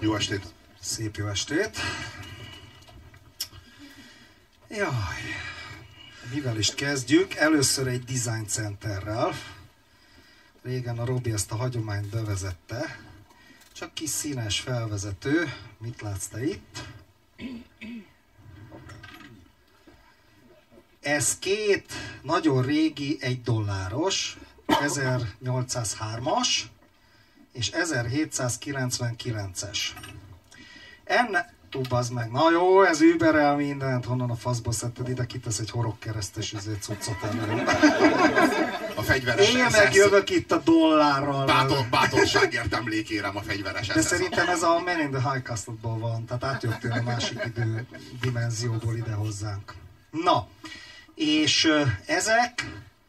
Jó estét! Szép jó estét! Jaj, mivel is kezdjük? Először egy design centerrel. Régen a Robi ezt a hagyományt bevezette. Csak kis színes felvezető. Mit látsz te itt? Ez két nagyon régi $1, 1803-as és 1799-es. Bazd meg, na jó, ez überel mindent, honnan a faszba szedted ide, kitesz egy horogkeresztes cuccot elő. A fegyveres Én megjövök itt a dollárral. Bátorságért emlékérem a fegyveres De szerintem ez a Man in the High Castle-ból van, tehát átjöttél a másik idő dimenzióból ide hozzánk. Na, és ezek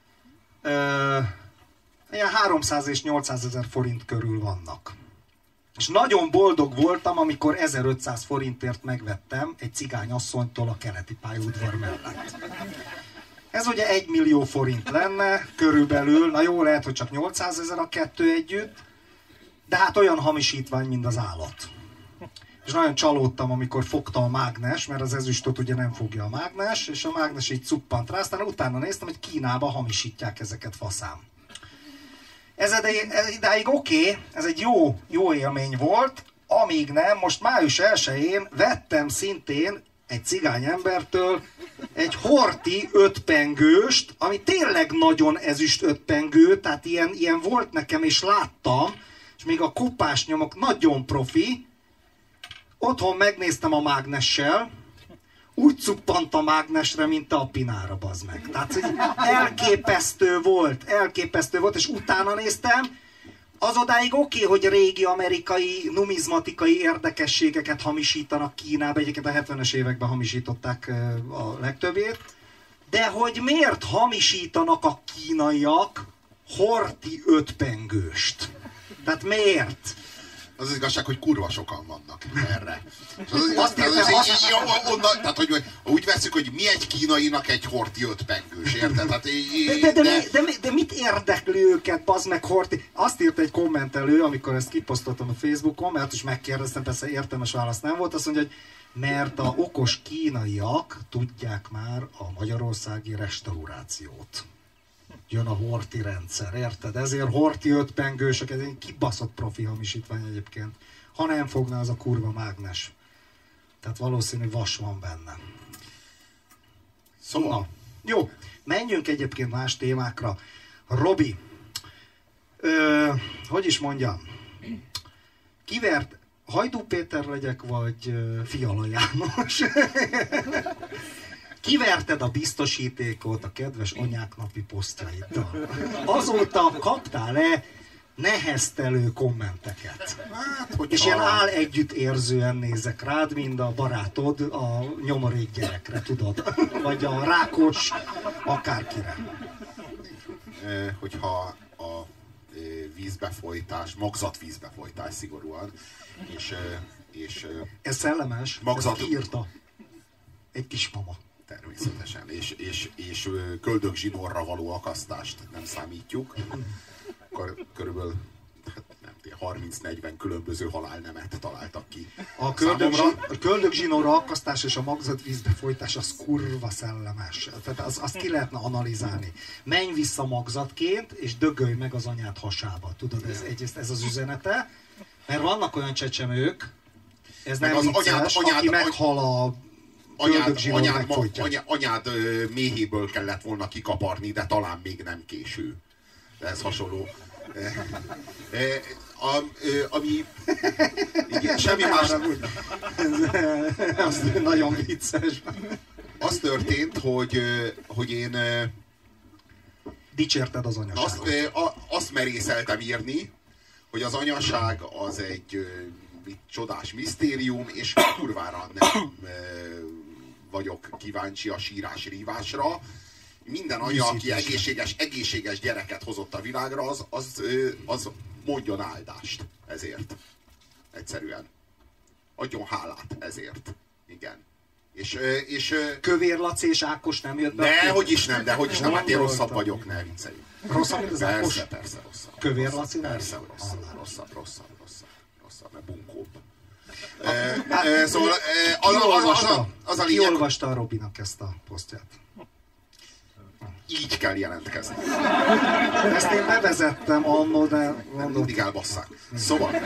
ilyen 300 és 800 ezer forint körül vannak. És nagyon boldog voltam, amikor 1500 forintért megvettem egy cigányasszonytól a keleti pályaudvar mellett. Ez ugye 1 millió forint lenne, körülbelül, na jó, lehet, hogy csak 800 ezer a kettő együtt, de hát olyan hamisítvány, mint az állat. És nagyon csalódtam, amikor fogta a mágnes, mert az ezüstöt ugye nem fogja a mágnes, és a mágnes így cuppant rá, aztán utána néztem, hogy Kínában hamisítják ezeket faszán. Ez idáig oké, ez egy jó élmény volt, amíg nem, most május 1-én vettem szintén egy cigány embertől egy Horthy 5 pengőst, ami tényleg nagyon ezüst 5 pengő, tehát ilyen volt nekem és láttam, és még a kopás nyomok nagyon profi. Otthon megnéztem a mágnessel, úgy cuppant a mágnesre, mint a pinára, bazd meg. Tehát, hogy elképesztő volt, és utána néztem, az odáig oké, hogy régi amerikai numizmatikai érdekességeket hamisítanak Kínába, egyébként a 70-es években hamisították a legtöbbét, de hogy miért hamisítanak a kínaiak Horthy 5 pengőst? Tehát miért? Az az igazság, hogy kurva sokan vannak erre. Tehát, hogy úgy veszük, hogy mi egy kínainak egy Horthy 5 pengős, érted? Hát, de mit érdekli őket, bazd meg Horthy? Azt írt egy kommentelő, amikor ezt kiposztoltam a Facebookon, mert is megkérdeztem, persze értelmes válasz nem volt, azt mondja, hogy mert a okos kínaiak tudják már a magyarországi restaurációt. Jön a Horthy rendszer, érted? Ezért Horthy 5 pengősök, ez egy kibaszott profi hamisítvány egyébként. Ha nem fogna az a kurva mágnes. Tehát valószínű vas van benne. Szóval. Na, jó, menjünk egyébként más témákra. Robi, hogy is mondjam, kivert, Hajdú Péter legyek, vagy Fiala János? Kiverted a biztosítékot a kedves anyák napi posztjaiddal. Azóta kaptál-e neheztelő kommenteket? Hát, és ilyen együttérzően nézek rád, mint a barátod a nyomorék gyerekre, tudod? Vagy a rákos akárkire. Hogyha a vízbefolytás, magzatvízbefolytás szigorúan, és ez szellemes, magzat... ezt írta egy kismama. Természetesen, és köldögzsinórra való akasztást nem számítjuk, akkor körülbelül 30-40 különböző halálnemet találtak ki. A köldögzsinórra akasztás és a magzatvízbefolytás az kurva szellemes. Tehát azt ki lehetne analizálni. Menj vissza magzatként, és dögölj meg az anyád hasába. Tudod, ez az üzenete. Mert vannak olyan csecsemők, ez nem vicces, aki meghal a anyád méhéből kellett volna kikaparni, de talán még nem késő. De ez hasonló. Ami... Igen, semmi más... Ez nagyon vicces. Az történt, hogy én... Dicsérted az anyaságot. Azt merészeltem írni, hogy az anyaság az egy csodás misztérium, és kurvára nem vagyok kíváncsi a sírás-rívásra. Minden anya, aki egészséges gyereket hozott a világra, az mondjon áldást ezért. Egyszerűen. Adjon hálát ezért. Igen. És Kövér Laci és Ákos nem jött be? Dehogy is nem, hát én rosszabb vagyok, ne viccelj. Rosszabb, mint az Ákos? Persze rosszabb. Kövér Laci? Persze rosszabb, mert bunkóbb. Szóval az a Ki lényeg, olvasta a Robinak ezt a posztját? így kell jelentkezni. Ezt én bevezettem annó, de Mindig elbasszák. Szóval,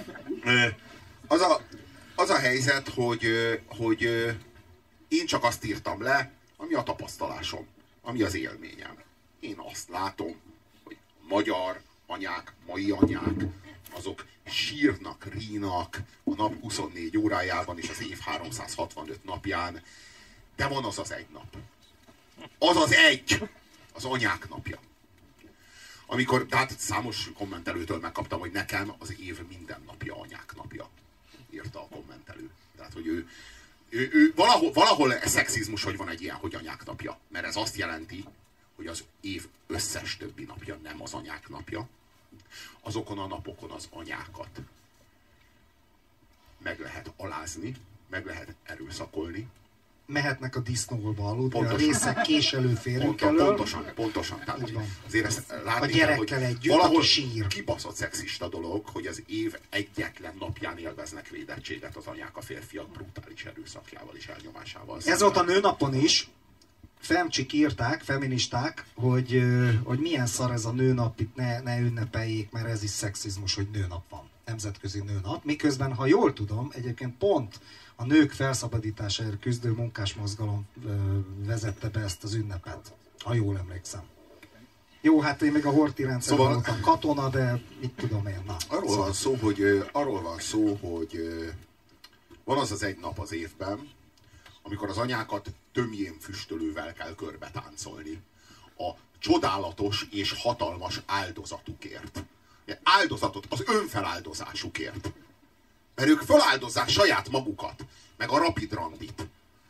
az a helyzet, hogy én csak azt írtam le, ami a tapasztalásom, ami az élményem. Én azt látom, hogy magyar anyák, mai anyák, azok sírnak, rínak a nap 24 órájában és az év 365 napján, de van az az egy nap. Az az egy, az anyák napja. Amikor, tehát számos kommentelőtől megkaptam, hogy nekem az év minden napja anyák napja. Írta a kommentelő. Tehát, hogy ő valahol szexizmus, hogy van egy ilyen, hogy anyák napja. Mert ez azt jelenti, hogy az év összes többi napja nem az anyák napja. Azokon a napokon az anyákat meg lehet alázni, meg lehet erőszakolni. Mehetnek a disznóba aludni, a részek késelő férők elől. Pontosan. Tehát, azért ezt látni a gyerekkel kell, hogy együtt, valahol aki sír. kibaszott szexista dolog, hogy az év egyetlen napján élveznek védettséget az anyák a férfiak brutális erőszakjával és elnyomásával. Ez volt a nőnapon is. Femcsik írták, feministák, hogy milyen szar ez a nőnap, itt ne ünnepeljék, mert ez is szexizmus, hogy nőnap van. Nemzetközi nőnap. Miközben, ha jól tudom, egyébként pont a nők felszabadításáért küzdő munkásmozgalom vezette be ezt az ünnepet. Ha jól emlékszem. Jó, hát én még a Horthy rendszerben voltam katona, de mit tudom én. Na, arról van szó, hogy van az az egy nap az évben, amikor az anyákat tömjén füstölővel kell körbe táncolni. A csodálatos és hatalmas áldozatukért. Áldozatot, az önfeláldozásukért. Mert ők feláldozzák saját magukat, meg a Rapid Randit,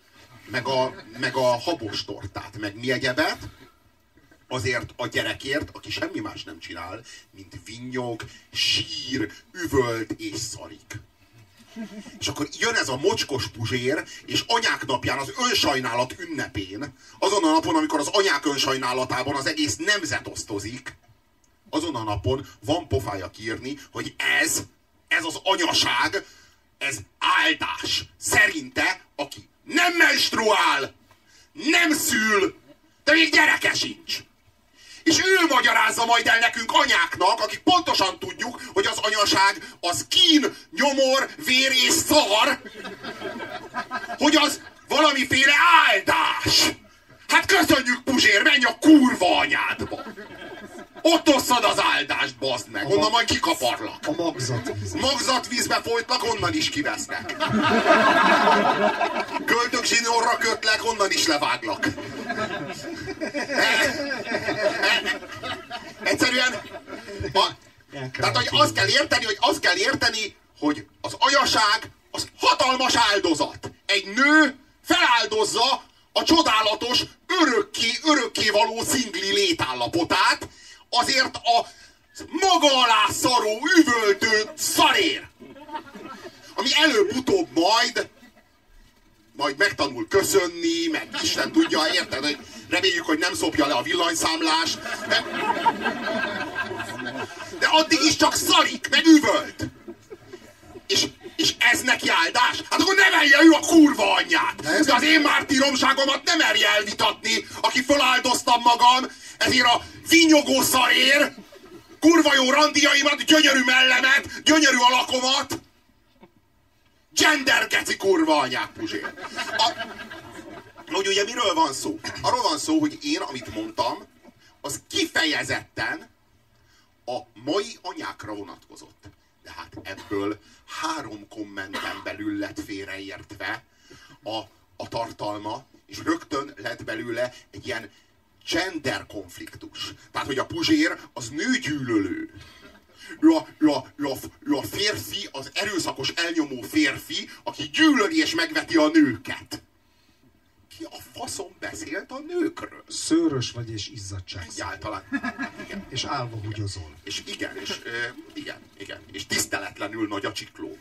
meg a habostortát, meg mi egyebet, azért a gyerekért, aki semmi más nem csinál, mint vinnyog, sír, üvölt és szarik. És akkor jön ez a mocskos Puzsér, és anyák napján, az önsajnálat ünnepén, azon a napon, amikor az anyák önsajnálatában az egész nemzet osztozik, azon a napon van pofája kiírni, hogy ez az anyaság, ez áldás. Szerinte, aki nem menstruál, nem szül, de még gyereke sincs. És ő magyarázza majd el nekünk anyáknak, akik pontosan tudjuk, hogy az anyaság az kín, nyomor, vér és szar, hogy az valamiféle áldás. Hát köszönjük, Puzsér, menj a kurva anyádba! Ott osszad az áldást, bazd meg! Onnan majd kikaparlak! A magzatvíz. Magzatvízbe folytlak, onnan is kivesznek. Köldögzsinórra kötlek, onnan is leváglak. Egyszerűen... Tehát, hogy azt kell érteni, hogy az anyaság az hatalmas áldozat. Egy nő feláldozza a csodálatos, örökké való szingli létállapotát azért a maga alá szaró, üvöltő szarér, ami előbb-utóbb majd megtanul köszönni, meg Isten tudja, érted, hogy reméljük, hogy nem szopja le a villanyszámlást, de addig is csak szarik, meg üvölt. És ez neki áldás? Hát akkor nevelje ő a kurva anyját! De az én mártíromságomat nem merje elvitatni, aki feláldoztam magam, ezért a vinyogó szarér, kurva jó randiaimat, gyönyörű mellemet, gyönyörű alakomat, gendergeci kurva anyák, Puzsér. Hogy ugye miről van szó? Arról van szó, hogy én, amit mondtam, az kifejezetten a mai anyákra vonatkozott. De hát ebből 3 kommenten belül lett félreértve a tartalma, és rögtön lett belőle egy ilyen gender konfliktus. Tehát, hogy a Puzsér az nőgyűlölő. Ő a férfi, az erőszakos, elnyomó férfi, aki gyűlöli és megveti a nőket. Ki a faszom beszélt a nőkről? Szőrös vagy és izzadságszagú. Egyáltalán. Igen. És állva húgyozol. És igen. És tiszteletlenül nagy a csikló.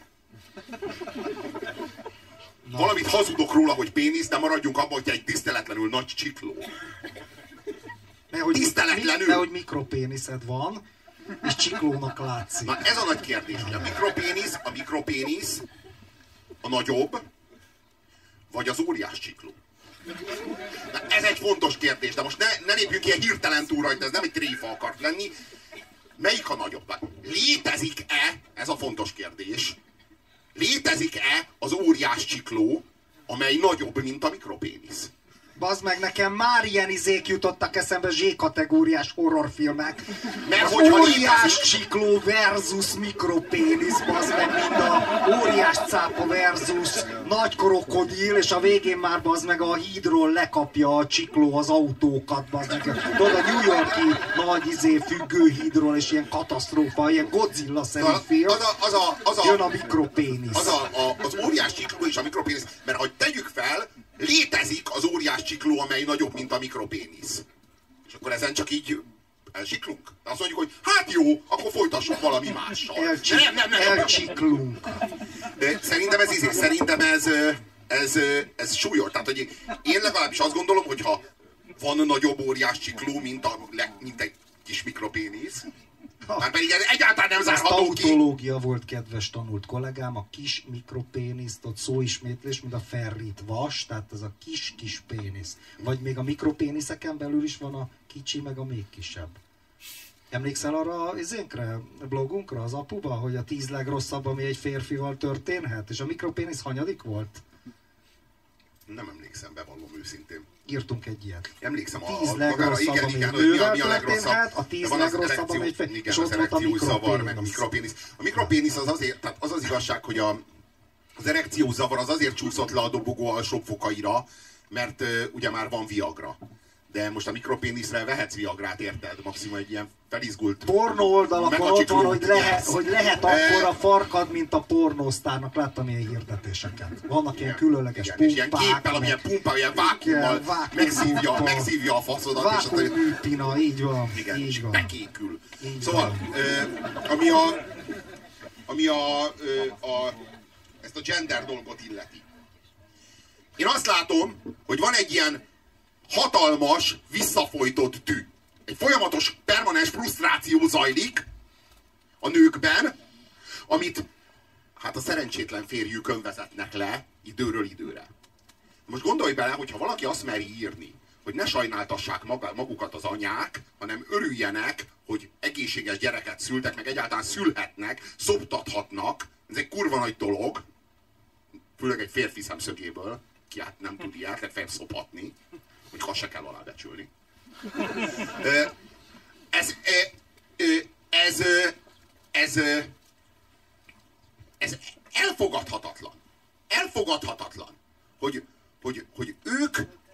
Valamit hazudok róla, hogy pénisz, de maradjunk abban, hogy egy tiszteletlenül nagy csikló. Tiszteletlenül. Nehogy mikropéniszed van, és csiklónak látszik. Na ez a nagy kérdés, hogy a mikropénisz a nagyobb, vagy az óriás csikló? Na, ez egy fontos kérdés, de most ne lépjünk ilyen hirtelen túl rajta, ez nem egy tréfa akart lenni. Melyik a nagyobb? Létezik-e, ez a fontos kérdés, létezik-e az óriás csikló, amely nagyobb, mint a mikropénisz? Bazd meg, nekem már ilyen izék jutottak eszembe, Z-kategóriás horrorfilmek. Mert az hogyha óriás létezik... csikló versus mikropénisz, bazd meg, mind a óriás cápa versus nagy krokodil, és a végén már bazd meg a hídról lekapja a csikló az autókat, bazd meg. Tudod, a New York-i nagy függőhídról, és ilyen katasztrófa, ilyen Godzilla-szerű film. Jön a mikropénisz. Az óriás csikló és a mikropénisz, mert hogy tegyük fel, létezik az óriás csikló, amely nagyobb, mint a mikropénisz. És akkor ezen csak így elsiklunk. Azt mondjuk, hogy hát jó, akkor folytassuk valami mással. Elcsiklunk. Szerintem ez súlyos. Tehát, hogy én legalábbis azt gondolom, hogy ha van nagyobb óriás csikló, mint egy kis mikropénisz, már pedig ez egyáltalán nem zárható ki. Tautológia volt, kedves tanult kollégám, a kis mikropéniszt, ott szóismétlés, mint a ferrit vas, tehát ez a kis pénisz. Vagy még a mikropéniszeken belül is van a kicsi, meg a még kisebb. Emlékszel arra az blogunkra, az apuba, hogy a 10 legrosszabb, ami egy férfival történhet? És a mikropénisz hanyadik volt? Nem emlékszem, bevallom őszintén. Írtunk egy ilyet. Emlékszem 10 legrosszabb, ami nővel történhet, a 10 legrosszabb, ami egy férfi, és ott volt a mikropénisz. Meg a mikropénisz. A mikropénisz az azért, tehát az az igazság, hogy az erekciós zavar az azért csúszott le a dobogó alsóbb fokaira, mert ugye már van Viagra. De most a mikropéniszre vehetsz Viagrát, érted? Maximum egy ilyen felizgult... Pornó oldalakon ott van, hogy lehet akkor a farkad, mint a pornósztárnak. Láttam ilyen hirdetéseket. Vannak ilyen különleges pumpák. Ilyen képpel, amilyen pumpál, ilyen vákummal megszívja a faszodat. Vákumműpina, így van. Igen, így és van. bekékül. Így szóval, ami ezt a gender dolgot illeti. Én azt látom, hogy van egy ilyen hatalmas, visszafolytott tű. Egy folyamatos, permanens frusztráció zajlik a nőkben, amit hát a szerencsétlen férjükön vezetnek le időről időre. Most gondolj bele, hogyha valaki azt meri írni, hogy ne sajnáltassák magukat az anyák, hanem örüljenek, hogy egészséges gyereket szültek, meg egyáltalán szülhetnek, szoptathatnak, ez egy kurva nagy dolog, főleg egy férfi szemszögéből, ki hát nem tud ilyet, legfeljebb szophatni, hogy ha se kell alábecsülni. Ez elfogadhatatlan. Elfogadhatatlan, hogy ők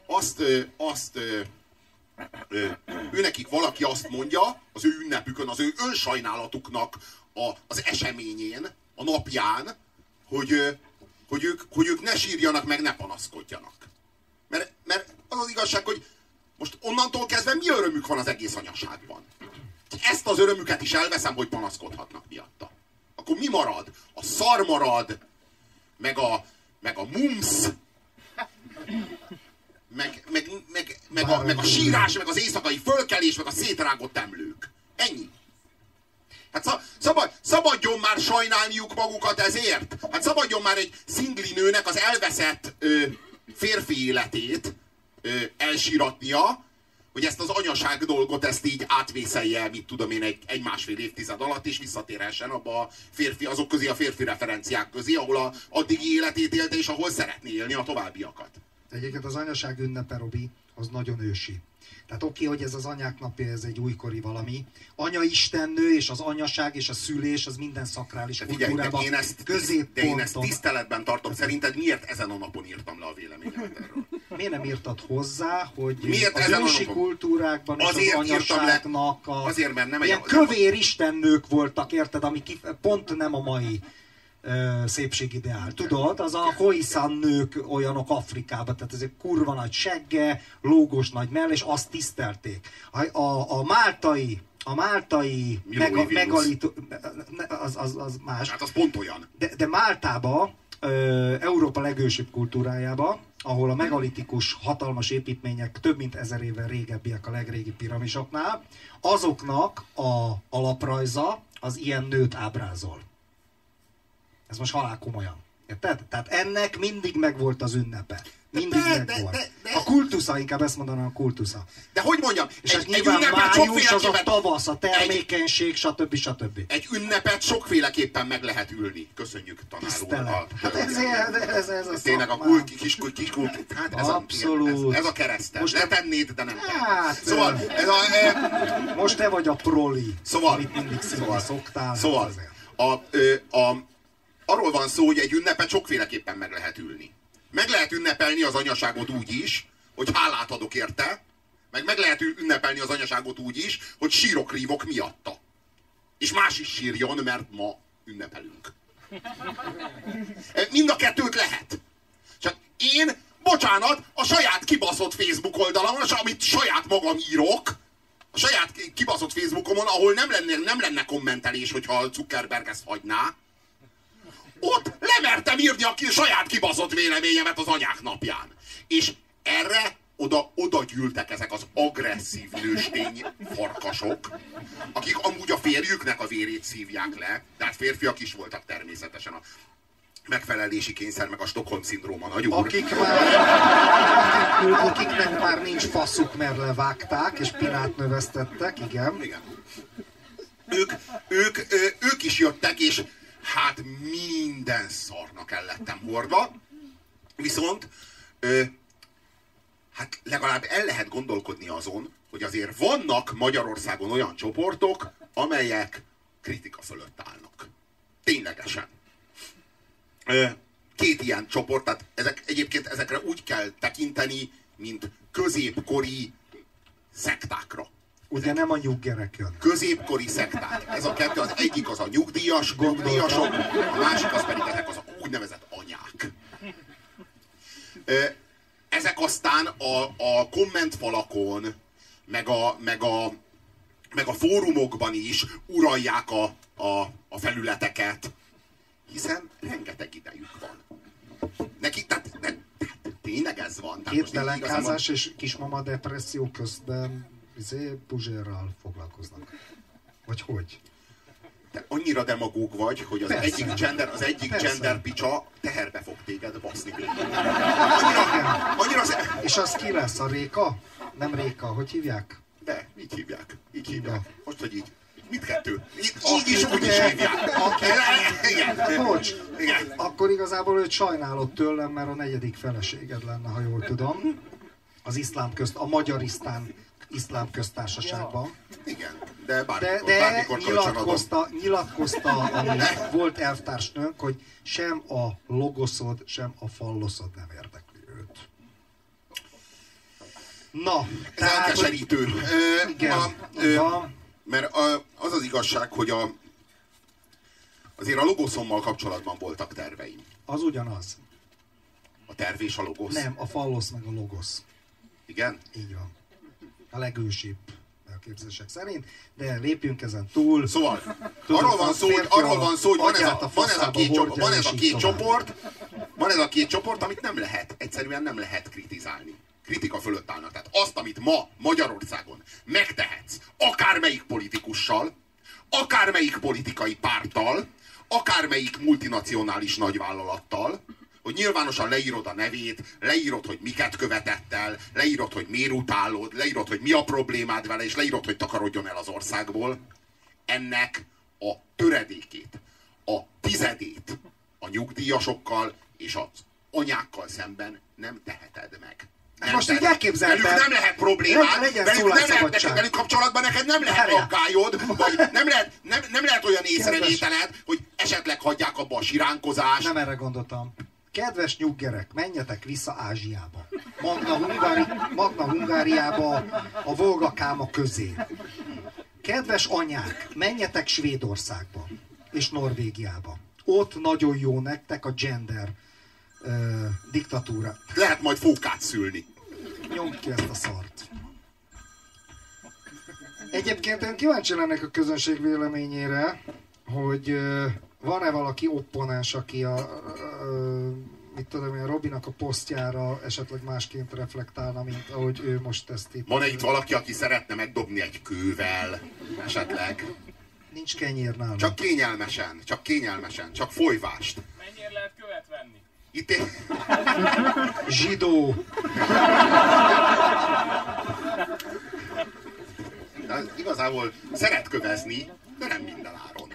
őnekik valaki azt mondja az ő ünnepükön, az ő önsajnálatuknak az eseményén, a napján, hogy ők ne sírjanak meg, ne panaszkodjanak. Mert az az igazság, hogy most onnantól kezdve mi örömük van az egész anyaságban? Ezt az örömüket is elveszem, hogy panaszkodhatnak miatta. Akkor mi marad? A szar marad, meg a mumsz, meg a sírás, meg az éjszakai fölkelés, meg a szétrágott emlők. Ennyi. Hát szabadjon már sajnálniuk magukat ezért. Hát szabadjon már egy szingli nőnek az elveszett férfi életét elsíratnia, hogy ezt az anyaság dolgot ezt így átvészelje, mit tudom én, egy másfél évtized alatt, és visszatérhessen abba a azok közé, a férfi referenciák közé, ahol a addigi életét élte, és ahol szeretné élni a továbbiakat. Egyébként az anyaság ünnepe, Robi, az nagyon ősi. Tehát oké, hogy ez az anyák napja, ez egy újkori valami. Anya istennő és az anyaság és a szülés, az minden szakrális kultúrában középponton. De én ezt tiszteletben tartom. Szerinted miért ezen a napon írtam le a véleményemet erről? Miért nem írtad hozzá, hogy miért az ősi kultúrákban és az anyaságnak azért, mert nem ilyen kövér istennők voltak, érted, ami pont nem a mai szépségideál. Tudod, az a Khoisan nők olyanok Afrikában, tehát ez egy kurva nagy segge, lógos nagy mell, és azt tisztelték. A máltai megalító, az más. Hát az pont olyan. De Máltában, Európa legősibb kultúrájában, ahol a megalitikus hatalmas építmények több mint 1000 évvel régebbiek a legrégi piramisoknál, azoknak a alaprajza az ilyen nőt ábrázol. Ez most halál komolyan. Érted? Tehát ennek mindig megvolt az ünnepe. Mindig megvolt. A kultusza, inkább ezt mondanám, a kultusza. De hogy mondjam, és egy nyilván május az a tavasz, a termékenység, stb. Stb. Egy ünnepet sokféleképpen meg lehet ülni. Köszönjük, tanár úr. Hát ez a tényleg a kis hát ez a keresztel. Letennéd, de nem hát, szóval, most te vagy a proli, szóval, amit mindig szoktál. Szóval, arról van szó, hogy egy ünnepet sokféleképpen meg lehet ülni. Meg lehet ünnepelni az anyaságot úgy is, hogy hálát adok érte, meg lehet ünnepelni az anyaságot úgy is, hogy sírok, rívok miatta. És más is sírjon, mert ma ünnepelünk. Mind a kettőt lehet. Csak én, bocsánat, a saját kibaszott Facebook oldalamon, amit saját magam írok, a saját kibaszott Facebookomon, ahol nem lenne kommentelés, hogyha a Zuckerberg ezt hagyná, ott lemertem írni a saját kibaszott véleményemet az anyák napján. És erre oda gyűltek ezek az agresszív nőstény farkasok, akik amúgy a férjüknek a vérét szívják le, de hát férfiak is voltak természetesen a megfelelési kényszer, meg a Stockholm-szindróma nagy úr. Akiknek már nincs faszuk, mert levágták, és pinát növesztettek, igen. Igen. Ők is jöttek, és hát minden szarnak el lettem hordva, viszont hát legalább el lehet gondolkodni azon, hogy azért vannak Magyarországon olyan csoportok, amelyek kritika fölött állnak. Ténylegesen. Két ilyen csoport, tehát egyébként ezekre úgy kell tekinteni, mint középkori szektákra. Ugye nem a nyuggerek jön. Középkori szekták. Ez a kettő, az egyik az a nyugdíjasok, a másik az pedig ezek az úgynevezett anyák. Ezek aztán a kommentfalakon, meg a fórumokban is uralják a felületeket, hiszen rengeteg idejük van. Nekik, tehát tényleg ez van. Két pelenkázás és kismama depresszió közben Puzsérral foglalkoznak. Vagy hogy? Te annyira demagóg vagy, hogy az egyik gender picsa teherbe fog téged baszni. Annyira és az ki lesz? A Réka? Nem Réka, hogy hívják? De, így hívják. Most, hogy így. Mindkettő. Így is, úgy is hívják. Igen. Bocs. Igen. Akkor igazából őt sajnálod tőlem, mert a negyedik feleséged lenne, ha jól tudom. Az a Magyarisztán iszlám köztársaságban. Igen, de bármikor nyilatkozta a volt elvtársnőnk, hogy sem a logoszod, sem a falloszod nem érdekli őt. Na, ez elkeserítő. Igen. Mert az az igazság, hogy azért a logoszommal kapcsolatban voltak terveim. Az ugyanaz. A terv és a logosz? Nem, a fallosz meg a logosz. Igen? Így van. A legősibb elképzelések szerint, de lépjünk ezen túl. Szóval, arról van szó, hogy van ez a két csoport, amit nem lehet, egyszerűen nem lehet kritizálni. Kritika fölött állnak. Tehát azt, amit ma Magyarországon megtehetsz, akármelyik politikussal, akármelyik politikai párttal, akármelyik multinacionális nagyvállalattal, hogy nyilvánosan leírod a nevét, leírod, hogy miket követett el, leírod, hogy miért utálod, leírod, hogy mi a problémád vele, és leírod, hogy takarodjon el az országból. Ennek a töredékét, a tizedét a nyugdíjasokkal és az anyákkal szemben nem teheted meg. Most így elképzeltem. Velük nem lehet problémád, velük kapcsolatban neked nem lehet aggályod, vagy nem lehet olyan észrevételed, hogy esetleg hagyják abba a siránkozást. Nem erre gondoltam. Kedves nyuggerek, menjetek vissza Ázsiába. Magna Hungáriába, a Volga káma közé. Kedves anyák, menjetek Svédországba és Norvégiába. Ott nagyon jó nektek a gender diktatúra. Lehet majd fókát szülni. Nyomd ki ezt a szart. Egyébként én kíváncsi lennék a közönség véleményére, hogy van-e valaki opponens, aki mit tudom én, Robinak a posztjára esetleg másként reflektálna, mint ahogy ő most ezt itt... Van-e itt valaki, aki szeretne megdobni egy kővel, esetleg? Nincs kenyér nálam. Csak kényelmesen, csak folyvást. Mennyire lehet követ venni? Itt Zsidó. igazából szeret kövezni, de nem minden áron.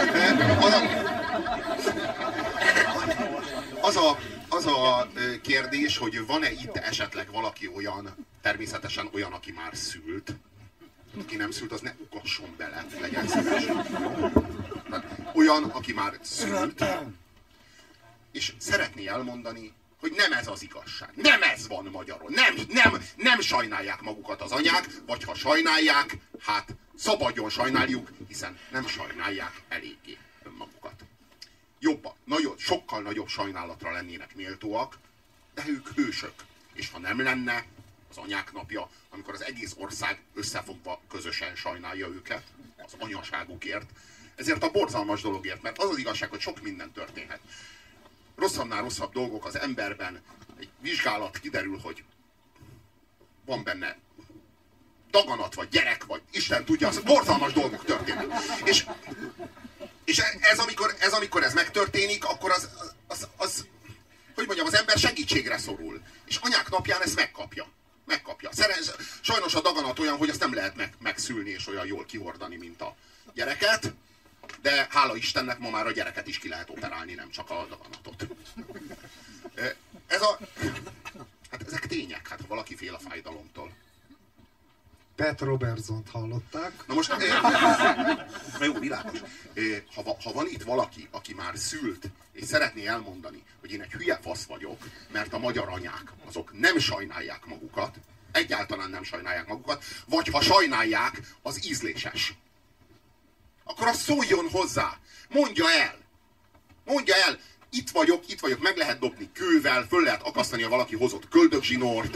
Az a kérdés, hogy van-e itt esetleg valaki olyan, természetesen olyan, aki már szült. Aki nem szült, az ne ukasson bele, legyen szíves. Olyan, aki már szült, és szeretné elmondani, hogy nem ez az igazság. Nem ez van magyarul. Nem sajnálják magukat az anyák, vagy ha sajnálják, hát szabadjon sajnáljuk, hiszen nem sajnálják eléggé önmagukat. Jobban, sokkal nagyobb sajnálatra lennének méltóak, de ők hősök. És ha nem lenne az anyák napja, amikor az egész ország összefogva közösen sajnálja őket, az anyaságukért, ezért a borzalmas dologért, mert az az igazság, hogy sok minden történhet. Rosszabbnál rosszabb dolgok az emberben, egy vizsgálat kiderül, hogy van benne daganat, vagy gyerek, vagy Isten tudja, az borzalmas dolgok történnek. És ez amikor ez megtörténik, akkor hogy mondjam, az ember segítségre szorul. És anyák napján ezt megkapja. Sajnos a daganat olyan, hogy azt nem lehet megszülni és olyan jól kihordani, mint a gyereket, de hála Istennek ma már a gyereket is ki lehet operálni, nem csak a daganatot. Hát ezek tények, hát ha valaki fél a fájdalomtól. Pat Robertsont hallották. Na most, jó, világos. Ha van itt valaki, aki már szült, és szeretné elmondani, hogy én egy hülye fasz vagyok, mert a magyar anyák, azok nem sajnálják magukat, egyáltalán nem sajnálják magukat, vagy ha sajnálják, az ízléses. Akkor azt szóljon hozzá. Mondja el. Itt vagyok, meg lehet dobni kővel, föl lehet akasztani, ha valaki hozott köldögzsinort.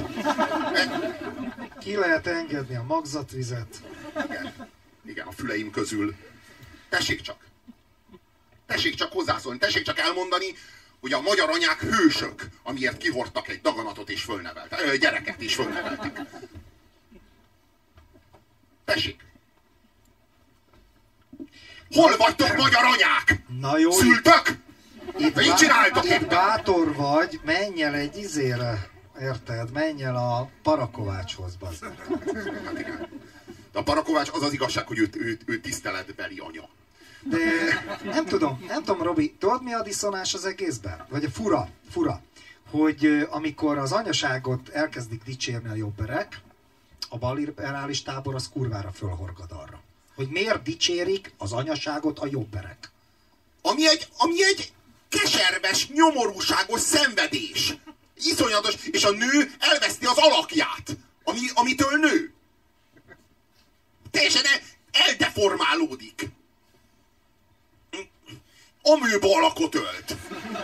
Ki lehet engedni a magzatvizet. Igen, a füleim közül. Tessék csak hozzászólni, tessék csak elmondani, hogy a magyar anyák hősök, amiért kihordtak egy daganatot és fölneveltek, gyereket is fölneveltek. Tessék! Hol vagytok, magyar anyák? Na jó, szültök? Mit csináltok itt bátor vagy, menj el egy izére, érted? Menj el a Parakovácshoz, bazd. Hát igen. De a Parakovács az az igazság, hogy ő tiszteletbeli anya. De nem tudom, Robi, tudod mi a diszonás az egészben? Vagy a fura, hogy amikor az anyaságot elkezdik dicsérni a jobberek, a balliberális tábor az kurvára fölhorgad arra. Hogy miért dicsérik az anyaságot a jobberek? Ami egy keserves, nyomorúságos szenvedés. Iszonyatos, és a nő elveszti az alakját, amitől nő. Teljesen eldeformálódik. Amőba alakot ölt.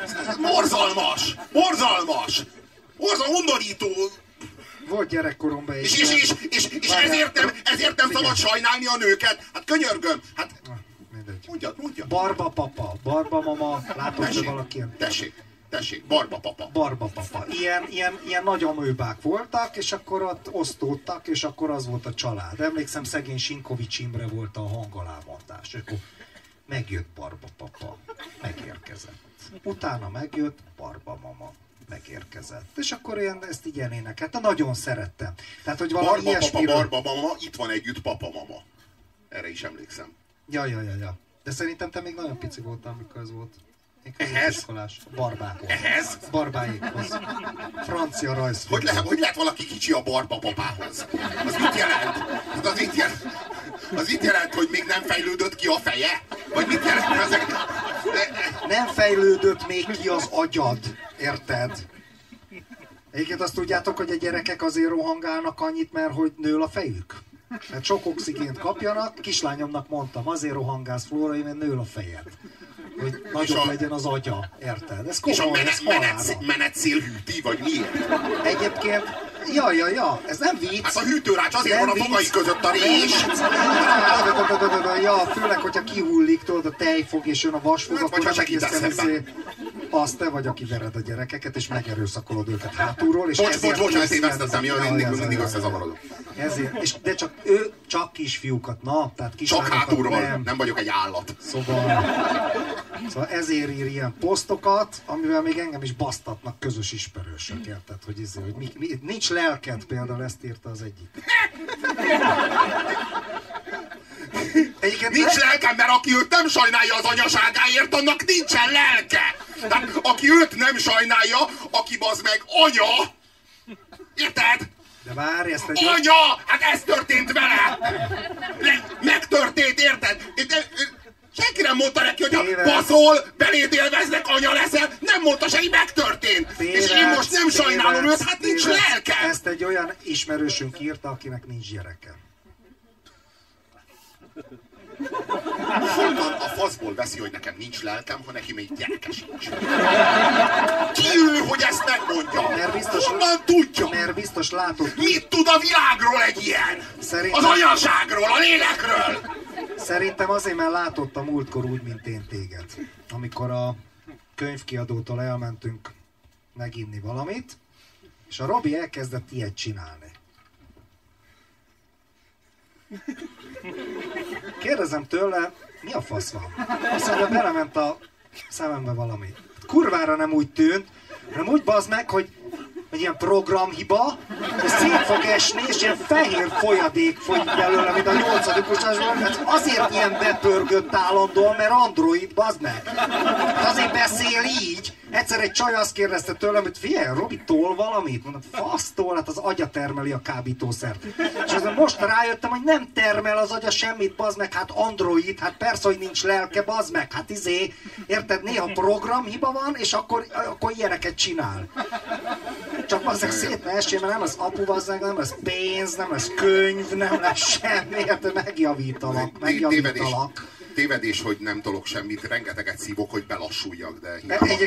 Borzalmas, undorító. Volt gyerekkoromban egy... És ezért nem szabad sajnálni a nőket. Hát könyörgöm. Hát... Mondjad. Barba papa, barba mama, látod, hogy valaki... Tessék, barba papa. Barba papa. Ilyen nagy amőbák voltak, és akkor ott osztódtak, és akkor az volt a család. Emlékszem, szegény Sinkovics Imre volt a hangalámondás. És akkor megjött barba papa, megérkezett. Utána megjött barba mama, megérkezett. És akkor én ezt így elénekelte. Nagyon szerettem. Tehát, hogy valami ilyesmiről... Barba mama, itt van együtt papa mama. Erre is emlékszem. Ja. De szerintem te még nagyon pici voltál, amikor ez volt. Ehhez? Barbákhoz. Ehhez? Barbáékhoz. Francia rajzfilm. Hogy lehet valaki kicsi a barba papához? Az mit jelent? Az mit jelent, hogy még nem fejlődött ki a feje? Vagy mit jelent ezek? Nem fejlődött még ki az agyad, érted? Egyébként azt tudjátok, hogy a gyerekek azért rohangálnak annyit, mert hogy nő a fejük? Mert sok oxigént kapjanak, kislányomnak mondtam, azért rohangálsz Flóra, mert nő a fejed. Hogy nagyobb legyen az agya, érted? Ez komoly, ez menetszél hűti, vagy miért? Egyébként, ja, ez nem vicc. Hát a hűtőrács azért van a fogai között a rés. Ja, főleg, hogyha kihullik, tudod, a tejfog és jön a vasfog, akkor nem egészen az te vagy, aki vered a gyerekeket, és megerőszakolod őket hátulról. Bocs, eltévesztettem, mindig összezavarodok. Ezért, de csak kisfiúkat, na, tehát kislányokat csak hátulról, nem vagyok egy állat. Szóval Szóval ezért ír ilyen posztokat, amivel még engem is basztatnak közös ismerősök, érted? Hogy nincs lelked, például ezt írta az egyik. Nincs lelkem, mert aki őt nem sajnálja az anyaságáért, annak nincsen lelke. Tehát aki őt nem sajnálja, aki bazd meg anya, érted? De várj, ezt egy... Anya! Hát ez történt vele! Megtörtént, érted? Senki nem mondta neki, hogy ha baszol, beléd élveznek, anya leszel. Nem mondta senki, megtörtént. És én most nem sajnálom őt, hát nincs lelke. Ezt egy olyan ismerősünk írta, akinek nincs gyereke. Honnan a faszból veszi, hogy nekem nincs lelkem, ha neki még gyereke sincs? Ki ő, hogy ezt megmondja? Honnan tudja? Mert biztos látod. Mit tud a világról egy ilyen? Az anyaságról, a lélekről? Szerintem azért, mert látott a múltkor úgy, mint én téged. Amikor a könyvkiadótól elmentünk meginni valamit, és a Robi elkezdett ilyet csinálni. Kérdezem tőle, mi a fasz van? Azt mondja, belement a szemembe valami. Kurvára nem úgy tűnt, hanem úgy bazd meg, hogy ilyen programhiba, és szét fog esni, és ilyen fehér folyadék fogy belőle, mint a 8. utasban. Azért ilyen bepörgött állandóan, mert android, bazd meg. Azért beszél így. Egyszer egy csaj azt kérdezte tőlem, hogy figyelj, Robi, tol valamit? Mondom, fasz tol, hát az agya termeli a kábítószert. És aztán most rájöttem, hogy nem termel az agya semmit, bazd meg, hát android, hát persze, hogy nincs lelke, bazd meg, hát érted, néha programhiba van, és akkor ilyeneket csinál. Csak bazdmeg szét ne essél, mert nem lesz apu, bazdmeg, nem lesz pénz, nem lesz könyv, nem lesz semmi, érted, megjavítalak. Tévedés, hogy nem tolok semmit, rengeteget szívok, hogy belassuljak, de...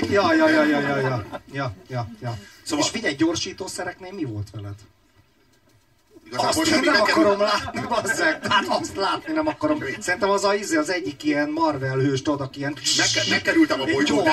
Ja. Szóval... És figyelj, gyorsítószereknél mi volt veled? Igazából azt én nem akarom látni, bazzeg. Hát azt látni nem akarom. Szerintem az egyik ilyen Marvel hős, tudod, aki ilyen... Megkerültem a bolygót,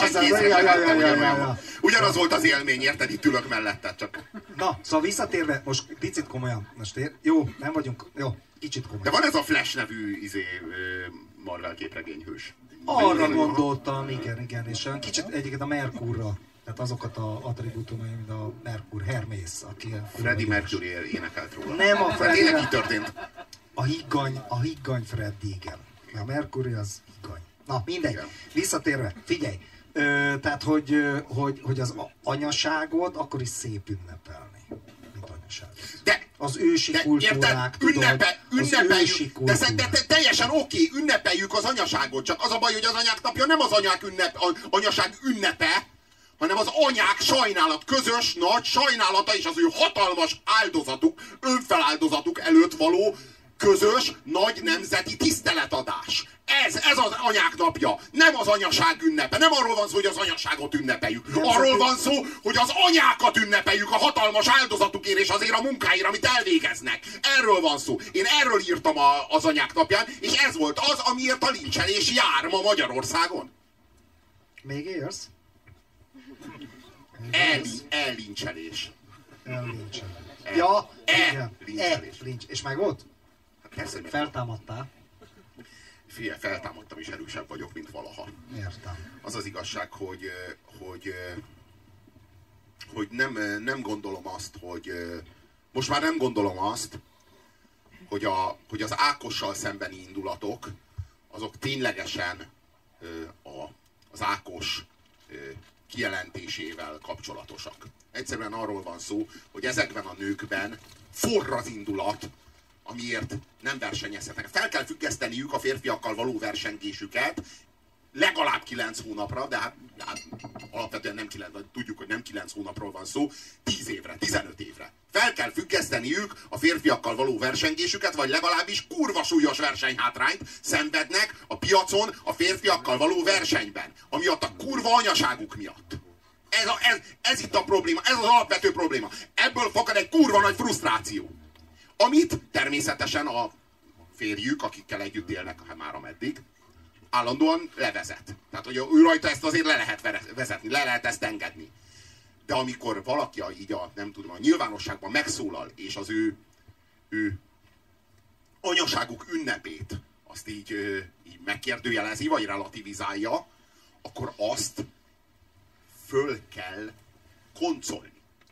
ugyanaz volt az élmény, érted? Itt ülök mellette, csak... Na, szóval visszatérve, most picit komolyan. Jó, nem vagyunk... Jó, kicsit komolyan. De van ez a Flash nevű Marvel képregényhős. Arra gondoltam, igen. És kicsit egyébként a Merkurra. Tehát azokat az attribútumai, mint a Merkur, Hermész, aki... Freddie Mercury énekelt róla. Nem a Freddie. Tényleg így történt. A higgany Freddie, igen. A Mercury az higgany. Na, mindegy. Igen. Visszatérve, figyelj. Tehát, hogy az anyaságot akkor is szép ünnepelni. Mint anyaságot. De az ősi kultúrák, ünnepeljük, de teljesen oké, ünnepeljük az anyaságot. Csak az a baj, hogy az anyák napja nem az anyaság ünnepe, hanem az anyák közös nagy sajnálata és az ő hatalmas áldozatuk, önfeláldozatuk előtt való közös nagy nemzeti tiszteletadás. Ez az anyák napja, nem az anyaság ünnepe. Nem arról van szó, hogy az anyaságot ünnepeljük. Arról van szó, hogy az anyákat ünnepeljük a hatalmas áldozatukért és azért a munkáért, amit elvégeznek. Erről van szó. Én erről írtam az anyák napján, és ez volt az, amiért a lincselés jár ma Magyarországon. Még élsz? Ellincselés. Ja, lincs. És meg volt? Hát persze, feltámadtál? Figyelj, feltámadtam és erősebb vagyok, mint valaha. Értem. Az az igazság, hogy nem gondolom azt, hogy most már nem gondolom azt, hogy az Ákossal szembeni indulatok, azok ténylegesen az Ákos kijelentésével kapcsolatosak. Egyszerűen arról van szó, hogy ezekben a nőkben forr az indulat, amiért nem versenyezhetnek. Fel kell függeszteniük a férfiakkal való versengésüket legalább 9 hónapra, de hát alapvetően nem 9, tudjuk, hogy nem 9 hónapról van szó, 10 évre, 15 évre. Fel kell függeszteniük a férfiakkal való versengésüket, vagy legalábbis kurva súlyos versenyhátrányt szenvednek a piacon a férfiakkal való versenyben. Amiatt a kurva anyaságuk miatt. Ez itt a probléma, ez az alapvető probléma. Ebből fakad egy kurva nagy frusztráció. Amit természetesen a férjük, akikkel együtt élnek, hát már ameddig, állandóan levezet. Tehát, hogy ő rajta ezt azért le lehet vezetni, le lehet ezt engedni. De amikor valaki így a nyilvánosságban megszólal, és az ő anyaságuk ünnepét azt így megkérdőjelezi, vagy relativizálja, akkor azt föl kell koncolni.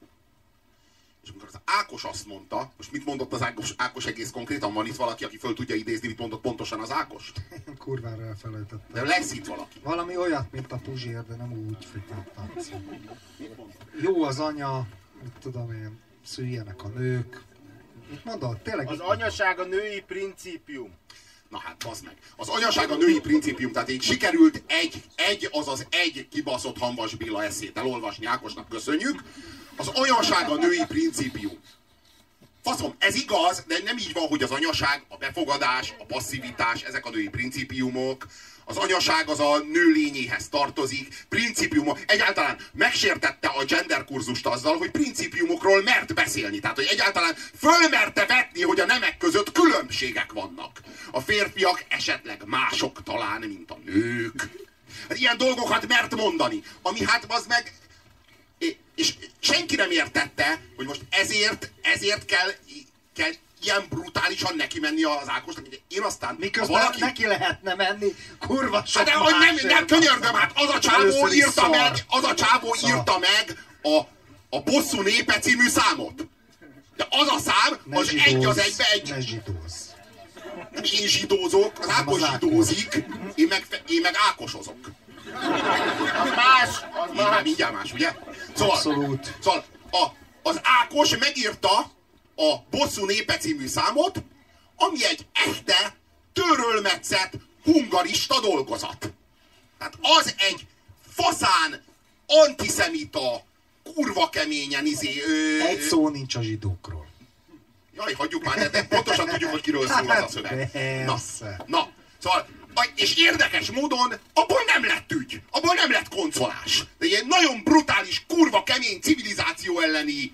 És amikor az Ákos azt mondta, most mit mondott az Ákos egész konkrétan? Van itt valaki, aki föl tudja idézni, mit mondott pontosan az Ákos? Kurvára elfelejtettem. De lesz itt valaki. Valami olyat, mint a Puzsér, de nem úgy fektettem. Jó az anya, mit tudom én, szüljenek a nők. Mit mondod? Tényleg Az anyaság a női principium. Na hát, bazd meg. Az anyaság a női principium, tehát így sikerült egy kibaszott Hamvas Béla eszét elolvasni, Ákosnak köszönjük. Az anyaság a női principium. Faszom, ez igaz, de nem így van, hogy az anyaság, a befogadás, a passzivitás, ezek a női principiumok. Az anyaság az a nő lényéhez tartozik, principiumok. Egyáltalán megsértette a gender kurzust azzal, hogy principiumokról mert beszélni. Tehát, hogy egyáltalán fölmerte vetni, hogy a nemek között különbségek vannak. A férfiak esetleg mások talán, mint a nők. Hát ilyen dolgokat mert mondani, ami hát az meg... És senki nem értette, hogy most ezért kell ilyen brutálisan neki menni az Ákosnak. Én aztán... Miközben valaki... neki lehetne menni, kurva sok hát, de hogy nem könyörgöm, hát az a csávó írta meg a Bosszú népe című számot. De az a szám, az egy az egybe egy... Ne zsidózz. Nem én zsidózok, az Ákos zsidózik, én meg ákosozok. Az más, az más. Mindjárt más, ugye? Szóval, abszolút. Szóval az Ákos megírta a Bosszú népe című számot, ami egy echte, törölmetszett, hungarista dolgozat. Tehát az egy faszán, antiszemita, kurva keményen Egy szó nincs a zsidókról. Jaj, hagyjuk már, de pontosan tudjuk, hogy kiről szól az a szöveg. Na, szóval, és érdekes módon abból nem lett ügy, abból nem lett koncolás. De ilyen nagyon brutális, kurva kemény civilizáció elleni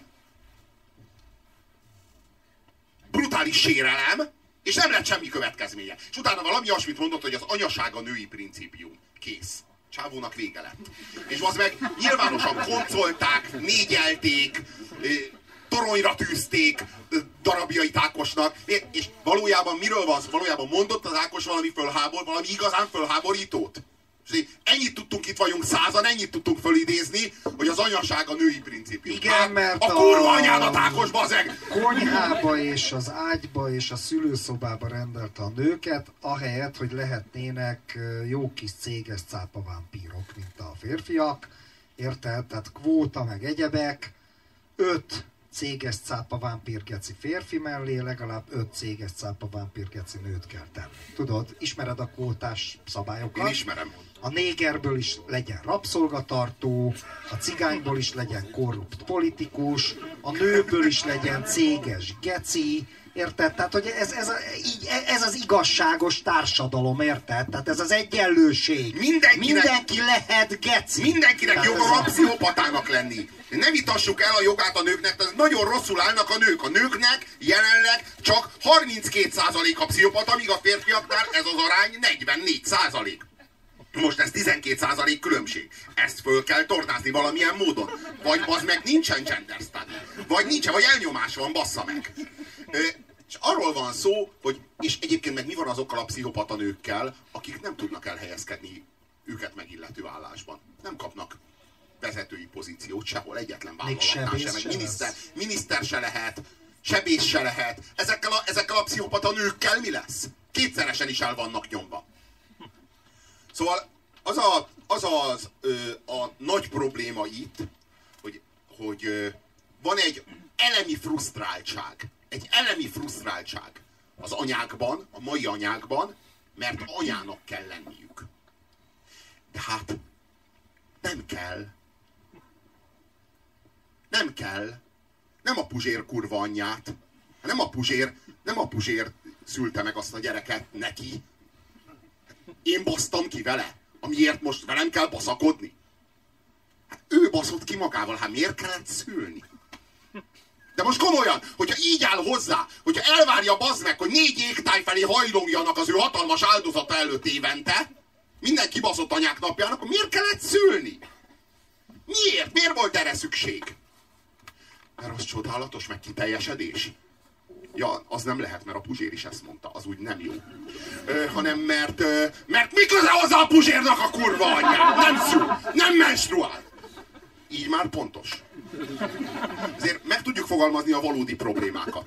brutális sérelem, és nem lett semmi következménye. És utána valami olyasmit mondott, hogy az anyaság a női principium. Kész. Csávónak vége lett. És az meg nyilvánosan koncolták, négyelték, toronyra tűzték darabjait Ákosnak, és valójában miről van szó? Valójában mondott az Ákos valami igazán fölháborítót? És ennyit tudtunk, itt vagyunk 100-an, ennyit tudtunk fölidézni, hogy az anyaság a női principium. Igen, mert a kurva anyádat, Ákos, bazeg! Konyhába és az ágyba és a szülőszobába rendelte a nőket, ahelyett, hogy lehetnének jó kis céges cápavámpírok, mint a férfiak. Érted? Tehát kvóta meg egyebek. 5 céges cápavámpírgeci férfi mellé legalább 5 céges cápavámpírgeci nőt kell tenni. Tudod, ismered a kvótás szabályokat? Én ismerem. A négerből is legyen rabszolgatartó, a cigányból is legyen korrupt politikus, a nőből is legyen céges geci, érted? Tehát, hogy ez az igazságos társadalom, érted? Tehát ez az egyenlőség. Mindenki lehet geci. Mindenkinek joga van pszichopatának lenni. Ne vitassuk el a jogát a nőknek, tehát nagyon rosszul állnak a nők. A nőknek jelenleg csak 32% a pszichopata, míg a férfiaknál ez az arány 44%. Most ez 12% különbség. Ezt föl kell tornázni valamilyen módon. Vagy az meg nincsen gender study. Vagy elnyomás van, bassza meg. És arról van szó, hogy, és egyébként meg mi van azokkal a pszichopata nőkkel, akik nem tudnak elhelyezkedni őket megillető állásban. Nem kapnak vezetői pozíciót sehol, egyetlen vállalatnál sem, meg miniszter se lehet, sebész se lehet. Ezekkel a pszichopata nőkkel mi lesz? Kétszeresen is el vannak nyomva. Szóval a nagy probléma itt, hogy van egy elemi frusztráltság. Egy elemi frusztráltság az anyákban, a mai anyákban, mert anyának kell lenniük. De hát nem kell. Nem kell. Nem a Puzsér kurva anyját. Nem a Puzsér szülte meg azt a gyereket neki. Én basztam ki vele, amiért most velem kell baszakodni. Hát ő baszott ki magával, hát miért kellett szülni? De most komolyan, hogyha így áll hozzá, hogyha elvárja bazd meg, hogy 4 égtáj felé hajlongjanak az ő hatalmas áldozata előtt évente, minden kibaszott anyák napján, akkor miért kellett szülni? Miért? Miért volt erre szükség? Mert az csodálatos, meg kiteljesedés. Ja, az nem lehet, mert a Puzsér is ezt mondta, az úgy nem jó. Hanem mert mi köze hozzá a Puzsérnak a kurva anyját? Nem szó, nem menstruál. Így már pontos. Ezért meg tudjuk fogalmazni a valódi problémákat.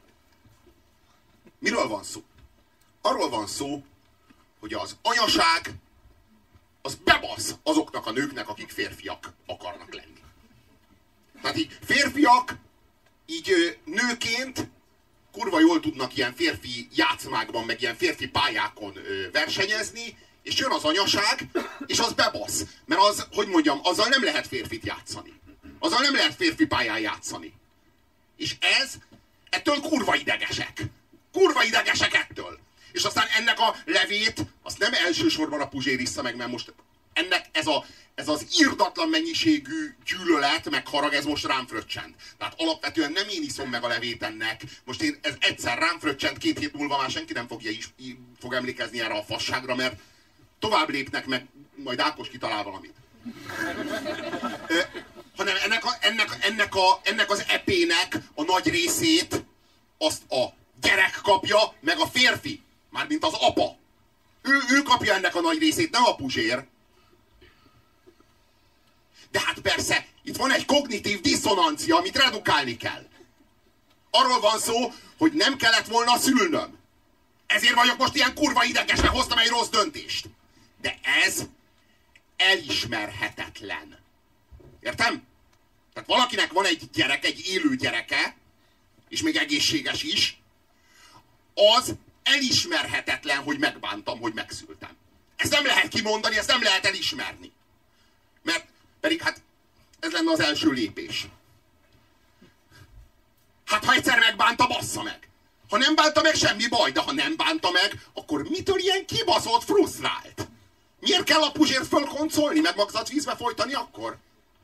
Miről van szó? Arról van szó, hogy az anyaság az bebasz azoknak a nőknek, akik férfiak akarnak lenni. Tehát így férfiak így nőként kurva jól tudnak ilyen férfi játszmákban, meg ilyen férfi pályákon versenyezni, és jön az anyaság, és az bebasz. Mert az, hogy mondjam, azzal nem lehet férfit játszani. Azzal nem lehet férfi pályán játszani. És ettől kurva idegesek. Kurva idegesek ettől. És aztán ennek a levét, azt nem elsősorban a Puzsér issza meg, mert most ennek ez az irdatlan mennyiségű gyűlölet, meg harag, ez most rám fröccsent. Tehát alapvetően nem én iszom meg a levét ennek. Most ez egyszer rám fröccsent, 2 hét múlva már senki nem fog emlékezni erre a fasságra, mert tovább lépnek, meg majd Ákos kitalál valamit. Hanem ennek az epének a nagy részét azt a gyerek kapja, meg a férfi. Mármint az apa. Ő kapja ennek a nagy részét, nem a Puzsér. De hát persze, itt van egy kognitív diszonancia, amit redukálni kell. Arról van szó, hogy nem kellett volna szülnöm. Ezért vagyok most ilyen kurva ideges, mert hoztam egy rossz döntést. De ez elismerhetetlen. Értem? Tehát valakinek van egy gyerek, egy élő gyereke, és még egészséges is, az elismerhetetlen, hogy megbántam, hogy megszültem. Ezt nem lehet kimondani, ezt nem lehet elismerni. Mert pedig hát ez lenne az első lépés. Hát ha egyszer megbánta, bassza meg. Ha nem bánta meg, semmi baj, de ha nem bánta meg, akkor mitől ilyen kibaszott, frusztrált? Miért kell a Puzsért fölkoncolni, meg magzatvízbe folytani akkor?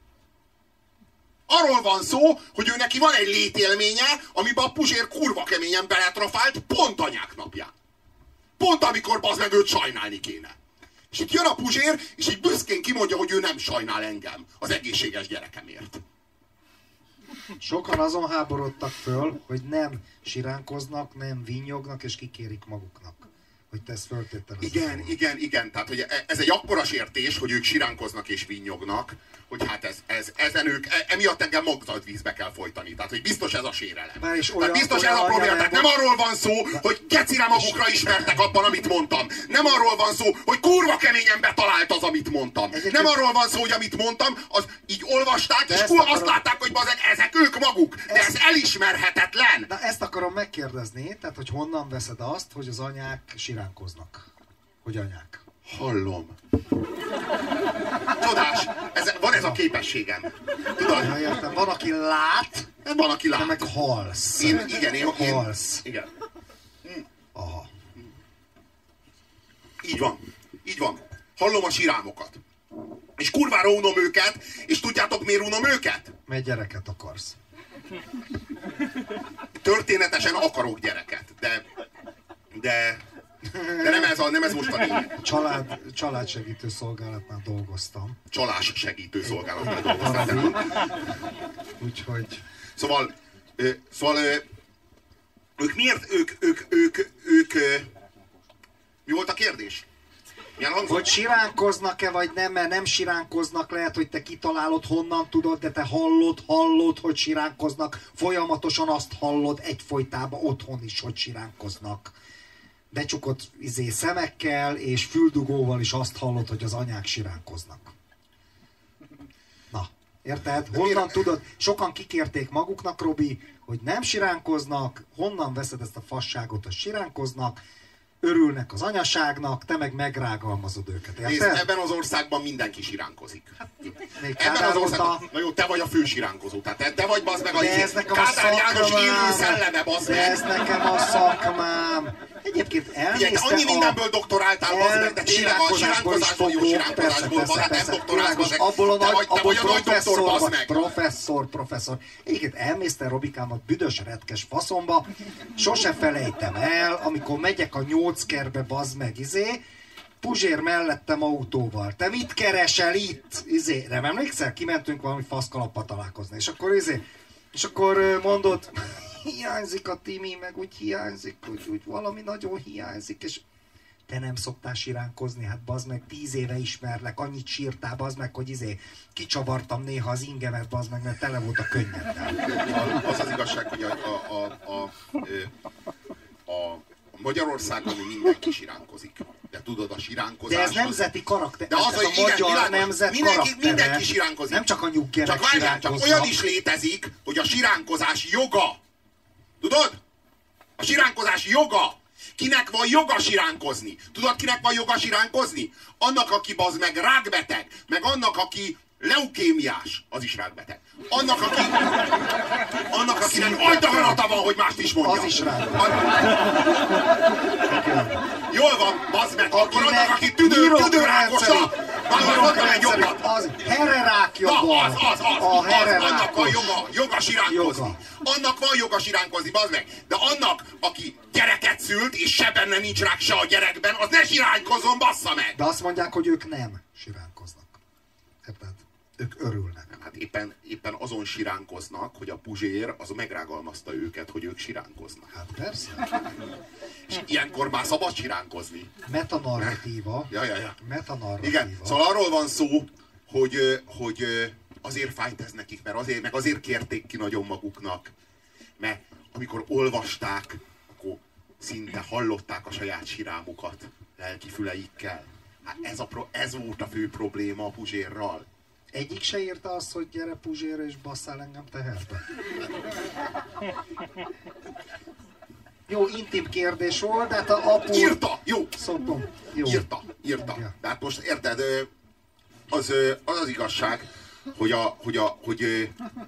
Arról van szó, hogy ő neki van egy létélménye, amiben a Puzsér kurva keményen beletrafált pont anyák napján. Pont amikor bazd meg őt sajnálni kéne. És itt jön a Puzsér, és így büszkén kimondja, hogy ő nem sajnál engem az egészséges gyerekemért. Sokan azon háborodtak föl, hogy nem siránkoznak, nem vinnyognak, és kikérik maguknak, hogy te ezt föltétel. Igen. Tehát, hogy ez egy akkora sértés, hogy ők siránkoznak és vinnyognak, hogy hát ezen ők, emiatt engem magzatvízbe kell folytani. Tehát, hogy biztos ez a sérelem. Tehát biztos ez a probléma. Tehát nem arról van szó, hogy gecire magukra ismertek abban, amit mondtam. Nem arról van szó, hogy kurva keményen betalált az, amit mondtam. Nem arról van szó, hogy amit mondtam, az így olvasták, és azt látták, hogy ezek ők maguk. De ez elismerhetetlen. Na ezt akarom megkérdezni, tehát hogy honnan veszed azt, hogy az anyák siránkoznak? Hogy anyák? Hallom. Csodás, van ez a képességem. Tudod? Ja, értem. Van, aki lát, van, aki lát. te meg halsz. Igen. Halsz. Igen. Aha. Így van. Hallom a sirámokat. És kurvára unom őket, és tudjátok miért unom őket? Mert gyereket akarsz. Történetesen akarok gyereket, de nem ez most a lényeg. Családsegítő szolgálatnál dolgoztam. Csalás segítő szolgálatnál dolgoztam. Úgyhogy... Szóval ők miért, mi volt a kérdés? Hogy siránkoznak-e, vagy nem, mert nem siránkoznak, lehet, hogy te kitalálod, honnan tudod, de te hallod, hogy siránkoznak, folyamatosan azt hallod egyfolytában otthon is, hogy siránkoznak. Becsukott szemekkel és füldugóval is azt hallod, hogy az anyák siránkoznak. Na, érted? Honnan tudod? Sokan kikérték maguknak, Robi, hogy nem siránkoznak, honnan veszed ezt a fasságot, hogy siránkoznak, örülnek az anyaságnak, te meg megrágalmazod őket. Érted? Nézd, ebben az országban mindenki siránkozik. Ebben az országban... Na jó, te vagy a fő siránkozó. Tehát te vagy, bazd meg, Kádár János élő szelleme, bazd meg. De ez nekem a szakmám. Egyébként elnéztem annyi mindenből doktoráltál, bazd meg, de tényleg a siránkozásból jó siránkozásból, bazd, nem doktorálsz, bazd meg. Te vagy a nagy doktor, bazd meg. Professzor. Egyébként elmésztem Robikámat büdös retkes faszomba. Sose felejtem el, amikor megyek a 8 kerbe, bazd meg, Puzsér mellettem autóval. Te mit keresel itt? Nem emlékszel? Kimentünk valami faszkalappal találkozni. És akkor mondod, hiányzik a Timi, meg úgy hiányzik, úgy valami nagyon hiányzik, és te nem szoktál siránkozni, hát bazd meg, 10 éve ismerlek, annyit sírtál, bazd meg, hogy kicsavartam néha az ingemet, bazd meg, mert tele volt a könnyeddel. Az igazság, hogy a Magyarországon mindenki siránkozik. De tudod, a siránkozás... De ez nemzeti karakter. De az, hogy a magyar nemzet karaktere. Mindenki siránkozik. Nem csak a nyuggerek csak olyan is létezik, hogy a siránkozás joga. Tudod? A siránkozás joga. Kinek van joga siránkozni? Tudod, kinek van joga siránkozni? Annak, aki bazd meg rákbeteg, meg annak, aki leukémiás, az is rákbeteg. Annak, akinek agydaganata van, hogy mást is mondja. Az is rákbeteg. Jól van, bazd meg, akkor annak, aki tüdőrákosa, már mondtam egy jobbat. Az hererák joga. Annak van joga siránkozni. Annak van joga siránkozni, bazd meg. De annak, aki gyereket szült, és se benne nincs rák se a gyerekben, az ne siránkozzon, bassza meg. De azt mondják, hogy ők nem siránkoznak. Érted? Ők örülnek. Hát éppen azon siránkoznak, hogy a Puzsér az megrágalmazta őket, hogy ők siránkoznak. Hát persze. És ilyenkor már szabad siránkozni. Metanarratíva. Ja. Metanarratíva. Igen, szóval arról van szó, hogy azért fájt ez nekik, meg azért kérték ki nagyon maguknak. Mert amikor olvasták, akkor szinte hallották a saját sirámukat lelki füleikkel. Hát ez volt a fő probléma a Puzsérral. Egyik se írta azt, hogy gyere Puzsér és basszál engem teherbe. Jó, intim kérdés volt, de hát a apu... Írta! Jó! Szopom. Jó. Írta. Ja. De hát most érted, az igazság, hogy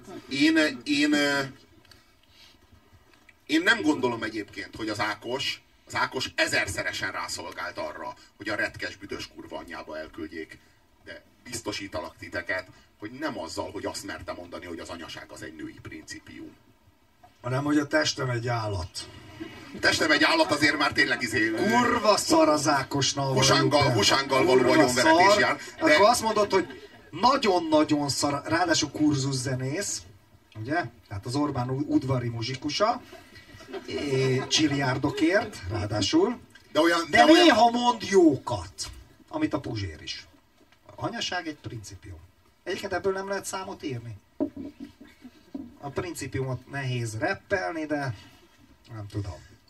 én nem gondolom egyébként, hogy az Ákos ezerszeresen rászolgált arra, hogy a retkes büdös kurva anyjába elküldjék. De biztosítalak titeket, hogy nem azzal, hogy azt merte mondani, hogy az anyaság az egy női principium. Hanem, hogy a testem egy állat. Testem egy állat, azért már tényleg kurva szar az Ákosnál. Husánggal való agyonveretés jár. De... Akkor azt mondod, hogy nagyon-nagyon szar, ráadásul kurzus-zenész, ugye? Tehát az Orbán udvari muzsikusa, csiliárdokért, ráadásul. De néha mond jókat, amit a Puzsér is. A anyaság egy principium. Egyébként ebből nem lehet számot írni. A principiumot nehéz reppelni, de nem tudom.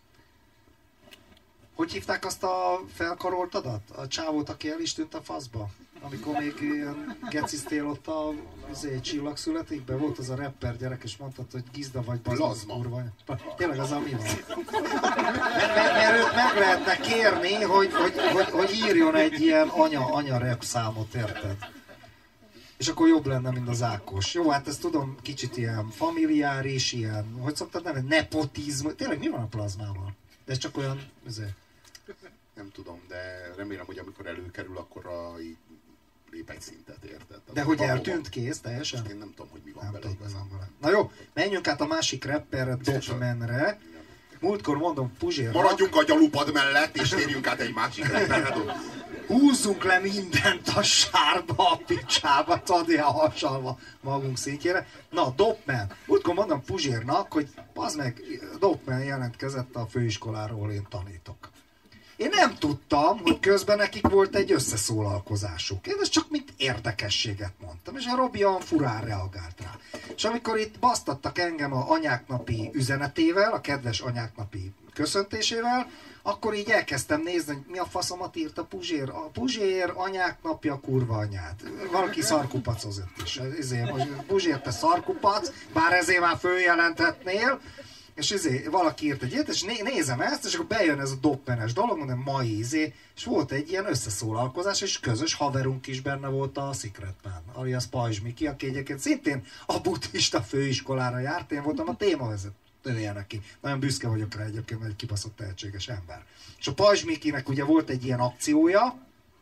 Hogy hívták azt a felkaroltadat? A csávót, aki el is tűnt a faszba? Amikor még ilyen geciztél ott a csillagszületikben, volt az a rapper gyerek, és mondtad, hogy gizda vagy bazd kurva. Tényleg az, ami van. Mert őt meg lehetne kérni, hogy írjon egy ilyen anya rap számot, érted? És akkor jobb lenne, mint az Ákos. Jó, hát ezt tudom, kicsit ilyen familiáris, ilyen, hogy szoktad nevezni? Nepotizmus. Tényleg mi van a plazmával? De ez csak olyan, Nem tudom, de remélem, hogy amikor előkerül, akkor így lép egy szintet, érted? De hogy eltűnt kész, teljesen? Én nem tudom, hogy mi van vele igazán. Na jó, menjünk át a másik rapperre, Dotmanre. Múltkor mondom Puzsérnak... Maradjunk a gyalupad mellett, és térjünk át egy másik rapperre. Húzzunk le mindent a sárba, a picsába, tudod, ilyen hasalva magunk szintjére. Na, Dotman. Múltkor mondom Puzsérnak, hogy bazd meg, Dotman jelentkezett a főiskoláról, én tanítok. Én nem tudtam, hogy közben nekik volt egy összeszólalkozásuk. Én ezt csak mint érdekességet mondtam, és a Robi olyan furán reagált rá. És amikor itt basztattak engem a anyáknapi üzenetével, a kedves anyáknapi köszöntésével, akkor így elkezdtem nézni, hogy mi a faszomat írt a Puzsér. A Puzsér anyák napja kurva anyát. Valaki szarkupacozott is. Puzsér, te szarkupac, bár ezért már följelentetnél. És valaki írt egy ilyet, és nézem ezt, és akkor bejön ez a doppenes dolog, mondom, mai és volt egy ilyen összeszólalkozás, és közös haverunk is benne volt a Secretman, alias Pajzs Miki, aki egyébként szintén a buddhista főiskolára járt, én voltam a témavezetője neki. Nagyon büszke vagyok rá egyébként, mert egy kibaszott tehetséges ember. És a Pajzs Mikinek ugye volt egy ilyen akciója,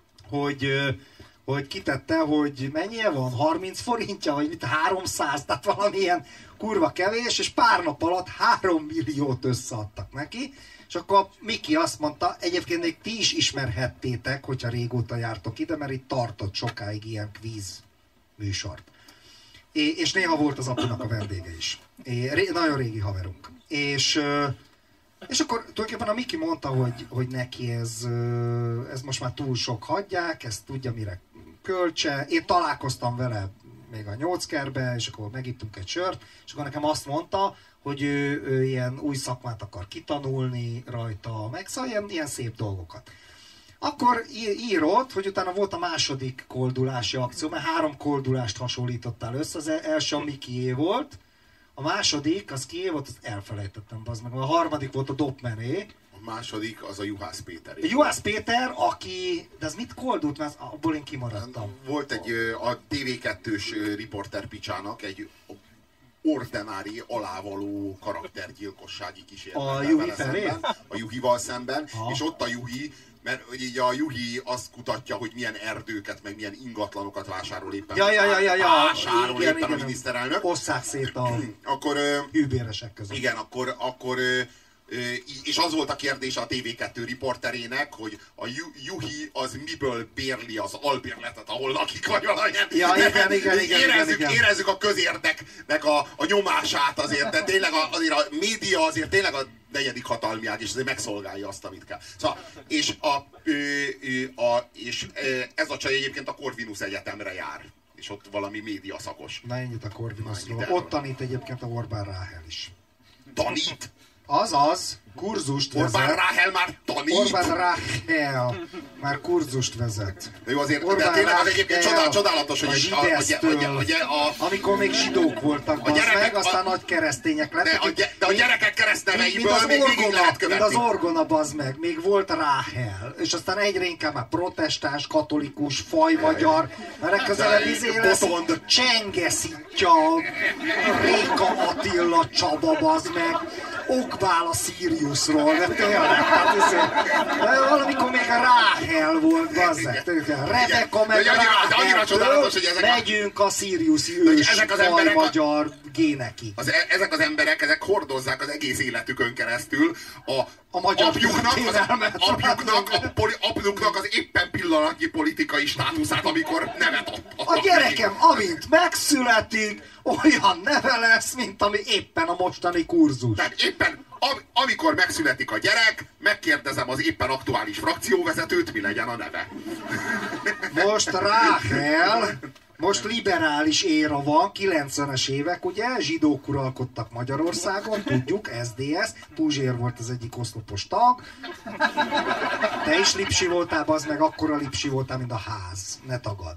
hogy kitette, hogy mennyire van, 30 forintja, vagy mit, 300, tehát valamilyen kurva kevés, és pár nap alatt 3 milliót összeadtak neki, és akkor Miki azt mondta, egyébként még ti is ismerhettétek, hogyha régóta jártok ide, mert itt tartott sokáig ilyen kvíz műsort, És néha volt az apunak a vendége is. Nagyon régi haverunk. És akkor tulajdonképpen a Miki mondta, hogy neki ez most már túl sok, hagyják, ezt tudja mire költse. Én találkoztam vele még a 8-kerbe, és akkor megittunk egy sört, és akkor nekem azt mondta, hogy ő ilyen új szakmát akar kitanulni rajta, meg szóval ilyen szép dolgokat. Akkor írott, hogy utána volt a második koldulási akció, mert 3 koldulást hasonlítottál össze, az első a Mikié volt, a második, az kié volt, azt elfelejtettem, bazd meg, a harmadik volt a Dopmané. A második az a Juhász Péter. Juhász Péter, aki, de az mit koldult, mert abból én kimaradtam. Volt a TV2-s riporter picsának egy ordinári, alávaló karaktergyilkossági kísérlet. A Juhi felé? A Juhival szemben, ha. És ott a Juhi, mert így a Juhi azt kutatja, hogy milyen erdőket, meg milyen ingatlanokat vásárol éppen. Vásárol igen, éppen a miniszterelnök. Osszák szét a hűbéresek között. Igen, akkor és az volt a kérdése a TV2 riporterének, hogy a Juhi az miből bérli az albérletet, ahol lakik, vagy valamilyen. Ja, igen. Érezzük a közérdeknek a nyomását azért, de tényleg azért a média azért tényleg a negyedik hatalmi ág, és azért megszolgálja azt, amit kell. Szóval, és ez a csaj egyébként a Corvinus Egyetemre jár, és ott valami média szakos. Na ennyit a Corvinusról. Ott tanít egyébként a Orbán Ráhel is. Tanít? Azaz, kurzust vezet. Orbán Ráhel már tanít? Orbán Ráhel már kurzust vezet. Jó, azért, de tényleg az egyébként csodálatos, hogy amikor még zsidók voltak, meg, aztán nagy keresztények lettek. De a gyerekek keresztneveiből még lehet követni. Mint az orgona, bazd meg, még volt Ráhel. És aztán egyre inkább már protestáns, katolikus, fajmagyar, mert legközelebb lesz Csengeszitja, Réka Attila Csaba, bazd meg. Okvál a Siriusról, de tényleg, hát valamikor még a Ráhel volt, bazzeg, Rebeka meg Ráheltől megyünk a Siriusi ős magyar génekig. Ezek az emberek, ezek hordozzák az egész életükön keresztül a magyar apjuknak az éppen pillanatnyi politikai státuszát, amikor nevet adtak. A gyerekem, amint megszületik, olyan neve lesz, mint ami éppen a mostani kurzus. Tehát éppen, amikor megszületik a gyerek, megkérdezem az éppen aktuális frakcióvezetőt, mi legyen a neve. Most Ráhel, most liberális éra van, 90-es évek, ugye, zsidók uralkodtak Magyarországon, tudjuk, SDS, Puzsér volt az egyik oszlopos tag. Te is lipsi voltál, az meg akkora lipsi voltál, mint a ház, ne tagadd.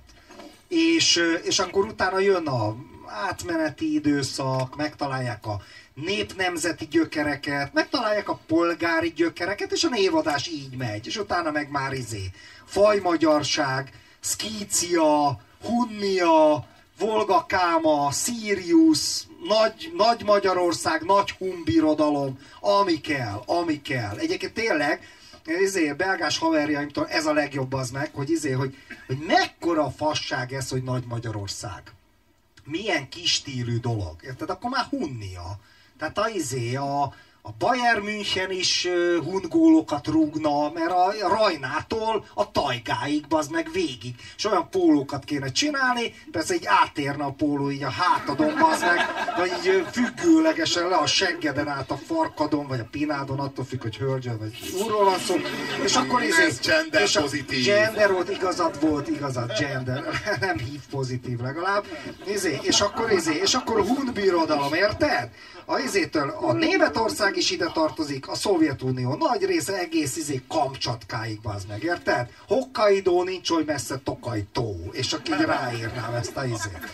És akkor utána jön a átmeneti időszak, megtalálják a népnemzeti gyökereket, megtalálják a polgári gyökereket, és a névadás így megy. És utána meg már fajmagyarság, Szkícia, Hunnia, Volga-Káma, Sirius, nagy Magyarország, nagy humbirodalom, ami kell. Egyébként tényleg, belgás haverjaimtól ez a legjobb az meg, hogy mekkora fasság ez, hogy Nagy Magyarország. Milyen kis stílű dolog. Érted? Akkor már Hunnia. Tehát a Bayern München is hungólokat rúgna, mert a Rajnától a Tajgáig, bazd meg végig. És olyan pólókat kéne csinálni, persze így átérne a póló így a hátadon, bazd meg, vagy így függőlegesen le a seggeden át a farkadon, vagy a pinádon, attól függ, hogy hölgyről vagy úrról van szó. És akkor ez gender pozitív. Gender volt, igazad, gender. Nem hív pozitív legalább. És akkor hunbirodalom, érted? A Németország is ide tartozik, a Szovjetunió nagy része egész Kamcsatkáig, bazd meg, érted? Hokkaido nincs oly messze Tokaitó, és akkor így ráírnám ezt a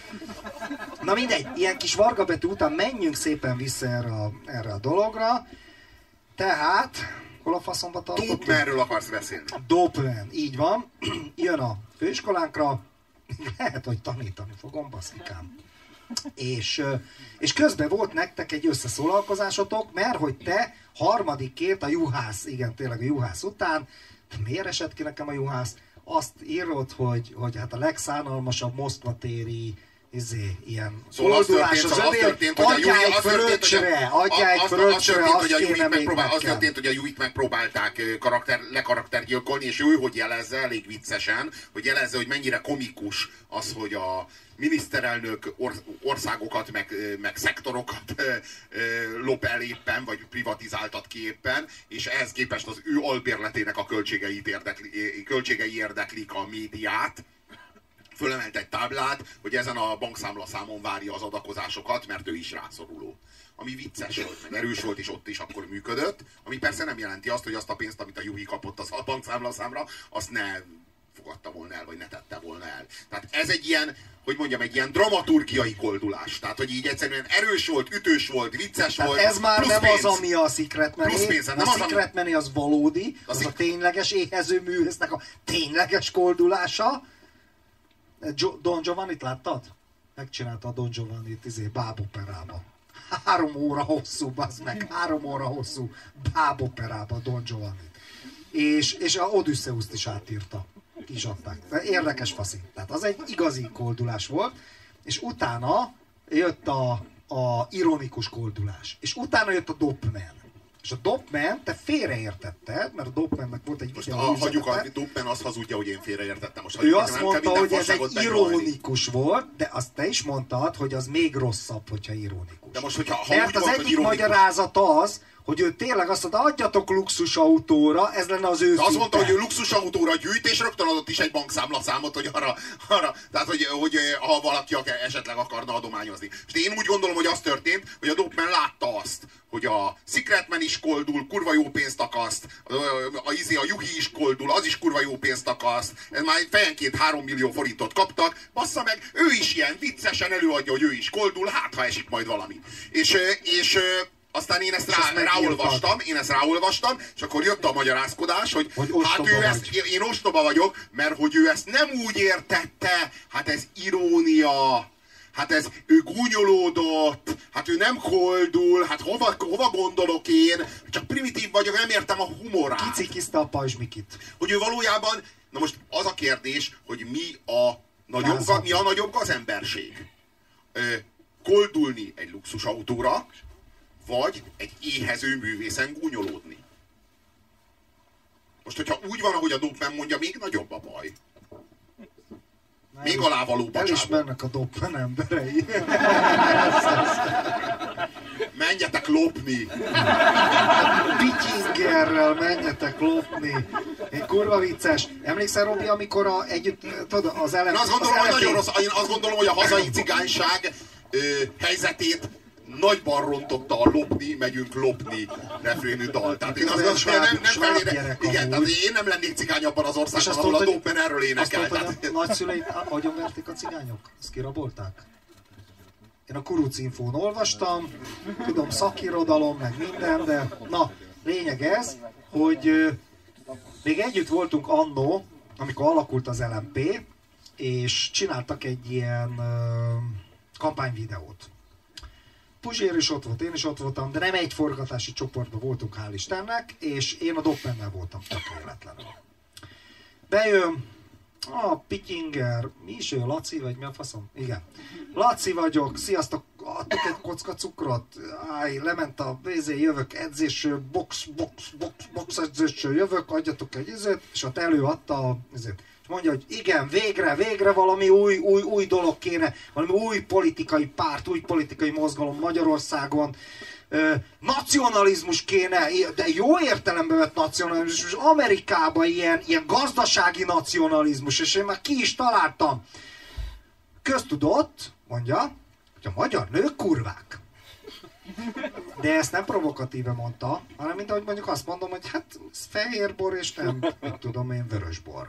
Na mindegy, ilyen kis vargabetű után menjünk szépen vissza erre a dologra. Tehát, hol a faszomba tartottunk? Dopmanről akarsz beszélni. Dopman, így van. Jön a főiskolánkra, lehet, hogy tanítani fogom, baszikám. És közben volt nektek egy összeszólalkozásotok, mert hogy te harmadikként a juhász, igen, tényleg a juhász után, miért esett ki nekem a juhász? Azt írod, hogy hát a legszánalmasabb Moszkva téri ilyen Szóval az koldulás az övé, adjál egy fröccsre, azt kéne még nekem. Az történt, hogy a Jújt megpróbálták lekaraktergyilkolni, és ő hogy jelezze, elég viccesen, hogy jelezze, hogy mennyire komikus az, hogy a miniszterelnök országokat, meg szektorokat lop el éppen, vagy privatizáltat ki éppen, és ehhez képest az ő albérletének a költségei érdeklik a médiát. Fölemelt egy táblát, hogy ezen a bankszámlaszámon várja az adakozásokat, mert ő is rászoruló. Ami vicces volt, meg erős volt, és ott is akkor működött, ami persze nem jelenti azt, hogy azt a pénzt, amit a Juhi kapott az a bankszámlaszámra, azt ne fogadta volna el, vagy ne tette volna el. Tehát ez egy ilyen, hogy mondjam, egy ilyen dramaturgiai koldulás. Tehát, hogy így egyszerűen erős volt, ütős volt, vicces tehát volt. ez már nem pénz. az, ami a Secret Money. A Secret Money az valódi, az a tényleges éhező művésznek a tényleges koldulása. Don Giovannit láttad? Megcsinálta a Don Giovannit báboperába. 3 óra hosszú, bazd meg, 3 óra hosszú báboperába Don Giovannit. És a Odysseuszt is átírta. Ki is adták. Érdekes faszi. Tehát az egy igazi koldulás volt, és utána jött a ironikus koldulás. És utána jött a Dopman. És a Dopman, te félreértetted, mert a Dopmannek volt egy videó. Hagyjuk, a Dopman azt hazudja, hogy én félreértettem. Most ő azt mondta, hogy ez egy ironikus volt, de azt te is mondtad, hogy az még rosszabb, hogyha ironikus. De most, hogyha, mert az egyik magyarázat az, hogy ő tényleg azt mondta, adjatok luxusautóra, ez lenne az őszinte. De azt mondta, hogy ő luxusautóra gyűjt, és rögtön adott is egy bankszámlaszámot, hogy arra tehát, hogy ha valaki esetleg akarna adományozni. És én úgy gondolom, hogy az történt, hogy a Dopman látta azt, hogy a Secret Man is koldul, kurva jó pénzt akaszt, a Juhi is koldul, az is kurva jó pénzt akaszt, ez már fejenként 3 millió forintot kaptak, bassza meg, ő is ilyen viccesen előadja, hogy ő is koldul, hát ha esik majd valami. És aztán én ezt ráolvastam, és akkor jött a magyarázkodás, hogy hát ő én ostoba vagyok, mert hogy ő ezt nem úgy értette, hát ez irónia, hát ez ő gúnyolódott, hát ő nem koldul, hát hova gondolok én, csak primitív vagyok, nem értem a humorát. Kicikizte a pajzsmikit. Hogy ő valójában, na most az a kérdés, hogy mi a nagyobb gazemberség. Koldulni egy luxusautóra, vagy egy éhező művészen gúnyolódni. Most, hogyha úgy van, ahogy a Dopman mondja, még nagyobb a baj. Még alávaló bacsába. Elismernek a Dopman emberei. Menjetek lopni! Pittingerrel menjetek lopni. Egy kurva vicces. Emlékszel, Robi, amikor együtt, tudod, az LMP... Én azt gondolom, hogy a hazai cigányság helyzetét nagyban rontotta a lopni, megyünk lopni refrénű dal. Tehát én azt gondolom, én nem lennék cigány abban az országban, ahol a Dopman erről énekel. Azt mondta, hogy a nagyszüleit agyonverték a cigányok? Ezt kirabolták? Én a Kuruc Infón olvastam, tudom, szakirodalom, meg minden, de na, lényeg ez, hogy még együtt voltunk annó, amikor alakult az LMP, és csináltak egy ilyen kampányvideót. Puzsér is ott volt, én is ott voltam, de nem egy forgatási csoportban voltunk, hál' Istennek, és én a Dopmannel voltam tök véletlenül. Bejön a Pittinger, mi is ő, Laci, vagy mi a faszom? Igen. Laci vagyok, sziasztok, adtok egy kocka cukrot, lement a jövök edzésről, box edzésről jövök, adjatok egy izét, és ott előadta a izét. És mondja, hogy igen, végre valami új dolog kéne, valami új politikai párt, új politikai mozgalom Magyarországon. Nacionalizmus kéne, de jó értelemben vett nacionalizmus, és Amerikában ilyen gazdasági nacionalizmus, és én már ki is találtam. Köztudott, mondja, hogy a magyar nők kurvák. De ezt nem provokatíve mondta, hanem mint ahogy mondjuk azt mondom, hogy hát ez fehérbor, és nem, mit tudom én, vörösbor.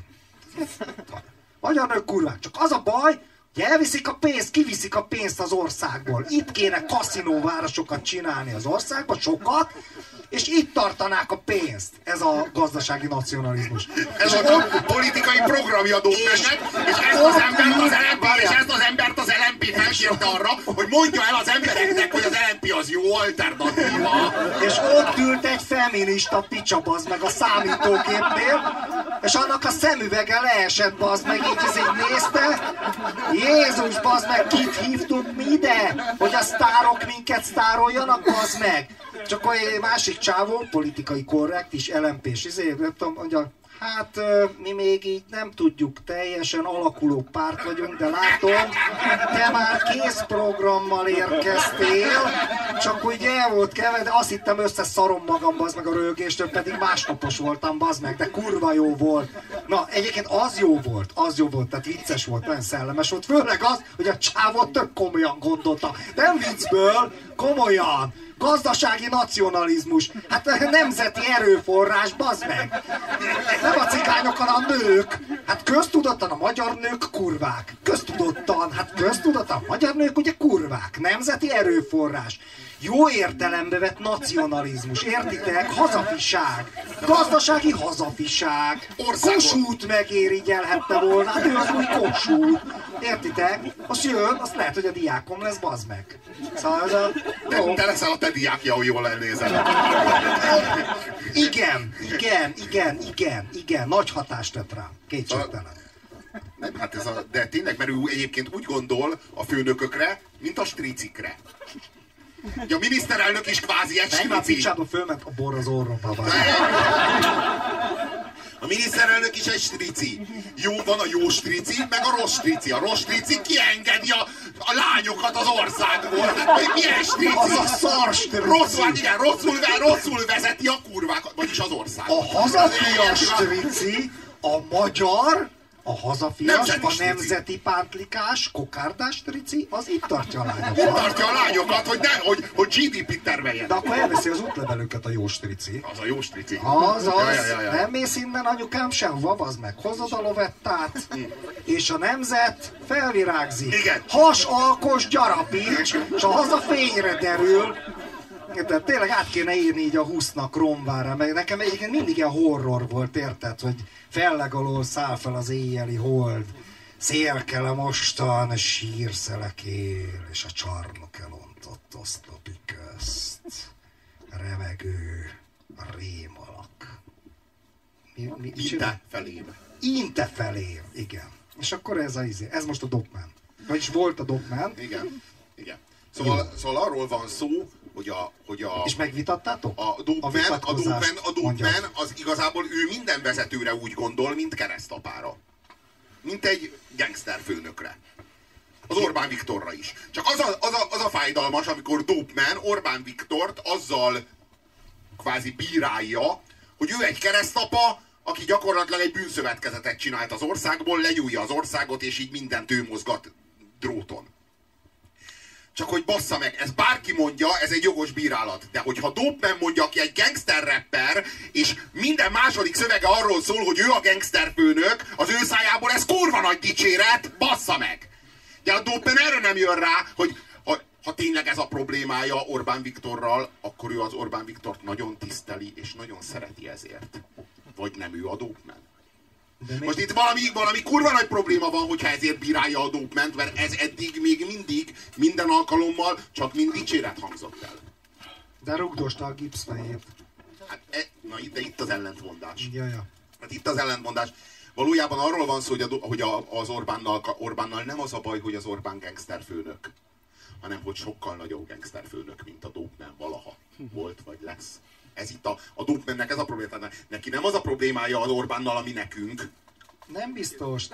Magyar nők kurvák, csak az a baj, hogy elviszik a pénzt, kiviszik a pénzt az országból. Itt kéne kaszinóvárosokat csinálni az országban, sokat, és itt tartanák a pénzt. Ez a gazdasági nacionalizmus. Ez a politikai programja Dopmannek, és ezt az embert az LMP felkérte arra, hogy mondja el az embereknek, hogy az LMP az jó alternatíva. És ott ült egy feminista picsa, bazd meg a számítógépnél, és annak a szemüvege leesett, bazd meg, így nézte, Jézus, bazd meg, kit hívtunk mi ide? Hogy a sztárok minket sztároljanak, bazd meg? Csak egy másik csávó, politikai korrekt is, LMP-s, nem tudom, mondja, hát mi még így nem tudjuk, teljesen alakuló párt vagyunk, de látom, te már kész programmal érkeztél, csak úgy el volt keve, de azt hittem összeszarom magam, bazd meg a röhögéstől, pedig másnapos voltam, bazd meg, de kurva jó volt. Na, egyébként az jó volt, tehát vicces volt, nagyon szellemes volt, főleg az, hogy a csávot tök komolyan gondolta, nem viccből, komolyan. Gazdasági nacionalizmus. Hát nemzeti erőforrás, bazd meg. Nem a cigányok, hanem a nők. Hát köztudottan a magyar nők kurvák. Köztudottan a magyar nők ugye kurvák. Nemzeti erőforrás. Jó értelembe vett nacionalizmus. Értitek? Hazafiság. Gazdasági hazafiság. Kossuth megérigyelhette volna. Hát ő az új Kossuth. Értitek? Azt jön, azt lehet, hogy a diákom lesz, bazd meg. Szóval ez a... Te leszel a te diákja, hogy jól elnézel. Igen. Nagy hatást tett rám. Kétségtelen. Nem, hát de tényleg, mert ő egyébként úgy gondol a főnökökre, mint a stricikre. A miniszterelnök is kvázi egy strici. Nem, már picsába fölment a bor az orromba. A miniszterelnök is egy strici. Van a jó strici, meg a rossz strici. A rossz strici kiengedi a lányokat az országból. Hát, milyen strici? Az a szar strici. Rosszul vezeti a kurvákat, vagyis az országot. A hazafias strici, a magyar, a hazafias, a nemzeti pántlikás, kokárdás strici, az itt tartja a lányokat. Itt tartja a lányokat, hogy GDP-t termeljen. De akkor elveszi az útlevelüket a jó strici. Az a jó strici. Az. Nem mész innen anyukám sehova, bazd meg. Hozod a lovettát, és a nemzet felvirágzik. Igen. Hasalkos gyarapíts, és a haza fényre derül. Tehát tényleg át kéne írni így a 20-nak romvára, meg nekem egyébként mindig ilyen horror volt, érted, hogy felleg alól száll fel az éjjeli hold, szélkele mostan, sírszelek él, és a csarnok elontott oszlopi közt, remegő a rémalak. Inte felém. Inte felém, igen. És akkor ez most a Dopman. Vagyis volt a Dopman. Igen. Szóval arról van szó, hogy a... És megvitattátok? A Dopman az igazából ő minden vezetőre úgy gondol, mint keresztapára. Mint egy gangster főnökre. Az Orbán Viktorra is. Csak az a fájdalmas, amikor Dopman Orbán Viktort azzal kvázi bírálja, hogy ő egy keresztapa, aki gyakorlatilag egy bűnszövetkezetet csinált az országból, lenyúlja az országot, és így mindent ő mozgat dróton. Csak hogy bassza meg, ez bárki mondja, ez egy jogos bírálat. De hogyha Dopman mondja, aki egy gangster rapper, és minden második szövege arról szól, hogy ő a gangster főnök, az ő szájából ez kurva nagy dicséret, bassza meg! De a Dopman erre nem jön rá, hogy ha tényleg ez a problémája Orbán Viktorral, akkor ő az Orbán Viktort nagyon tiszteli, és nagyon szereti ezért. Vagy nem ő a Dopman. Most itt valami kurva nagy probléma van, hogyha ezért bírálja a Dopement, mert ez eddig még mindig, minden alkalommal csak mind dicséret hangzott el. De rugdosta a gipszfejét. Hát, de itt az ellentmondás. Jaja. Hát itt az ellentmondás. Valójában arról van szó, hogy az Orbánnal nem az a baj, hogy az Orbán gangsterfőnök, hanem hogy sokkal nagyobb gangsterfőnök, mint a Dopman valaha volt vagy lesz. Ez itt a Dopmannek ez a probléma. Neki nem az a problémája az Orbánnal, ami nekünk. Nem biztos.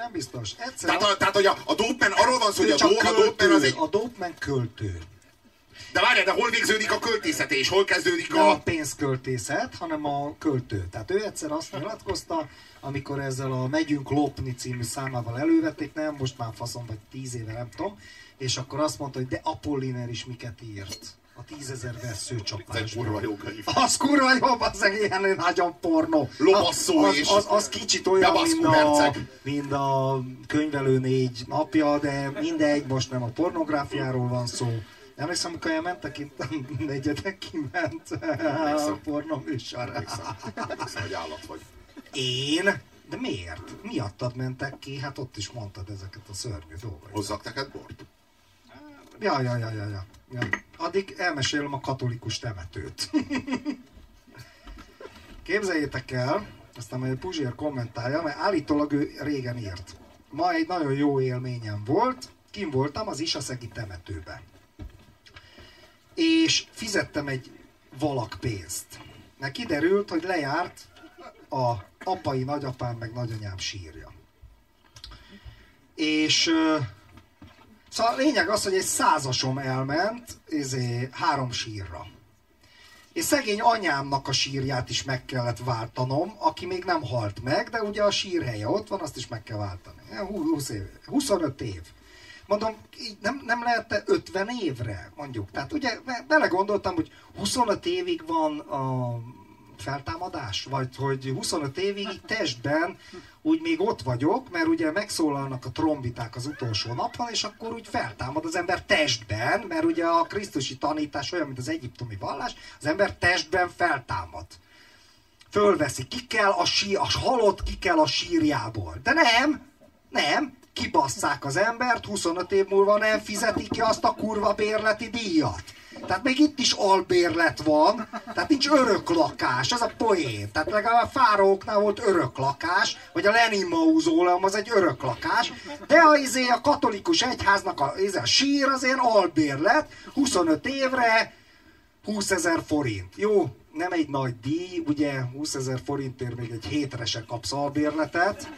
Tehát hogy a Dopman, arról van szó, hogy a Dopman az egy... A Dopman költő. De várjál, de hol végződik a költészete, és hol kezdődik Nem a pénzköltészet, hanem a költő. Tehát ő egyszer azt nyilatkozta, amikor ezzel a Megyünk lopni című számával elővették, nem, most már faszom, vagy 10 éve, nem tudom, és akkor azt mondta, hogy de Apolliner is miket írt. A 10 000 vesszőcsapásban. Ez egy kurva jó könyv. Az kurva jó, az egy ilyen nagyon pornó. Lopasszó és... Az kicsit olyan, mint a Könyvelő 4 napja, de mindegy, most nem a pornográfiáról van szó. Emlékszem, amikor elmentek itt a negyedik kiment a pornoműsor. Emlékszem, hogy állat vagy. Én? De miért? Miattad mentek ki? Hát ott is mondtad ezeket a szörnyű dolgokat. Hozzak neked bort? Ja. Addig elmesélem a katolikus temetőt. Képzeljétek el, aztán majd a Puzsér kommentálja, mert állítólag ő régen írt. Ma egy nagyon jó élményem volt, Kim voltam az isaszegi temetőbe. És fizettem egy valak pénzt. Mert kiderült, hogy lejárt a apai, nagyapám meg nagyanyám sírja. És szóval a lényeg az, hogy egy százasom elment 3 sírra. És szegény anyámnak a sírját is meg kellett váltanom, aki még nem halt meg, de ugye a sírhelye ott van, azt is meg kell váltani. 25 év. Mondom, így nem lehet 50 évre, mondjuk. Tehát ugye belegondoltam, hogy 25 évig van a feltámadás, vagy hogy 25 évig így testben úgy még ott vagyok, mert ugye megszólalnak a trombiták az utolsó napon, és akkor úgy feltámad az ember testben, mert ugye a krisztusi tanítás olyan, mint az egyiptomi vallás, az ember testben feltámad. Fölveszi, a halott ki kell a sírjából. De nem, kibasszák az embert, 25 év múlva nem fizetik ki azt a kurva bérleti díjat. Tehát még itt is albérlet van, tehát nincs örök lakás, ez a poén. Tehát legalább a fáraóknál volt örök lakás, vagy a Lenin mauzóleum az egy örök lakás, de a katolikus egyháznak a sír az ilyen albérlet, 25 évre 20 000 forint. Jó, nem egy nagy díj, ugye 20 000 forintért még egy hétre se kapsz albérletet.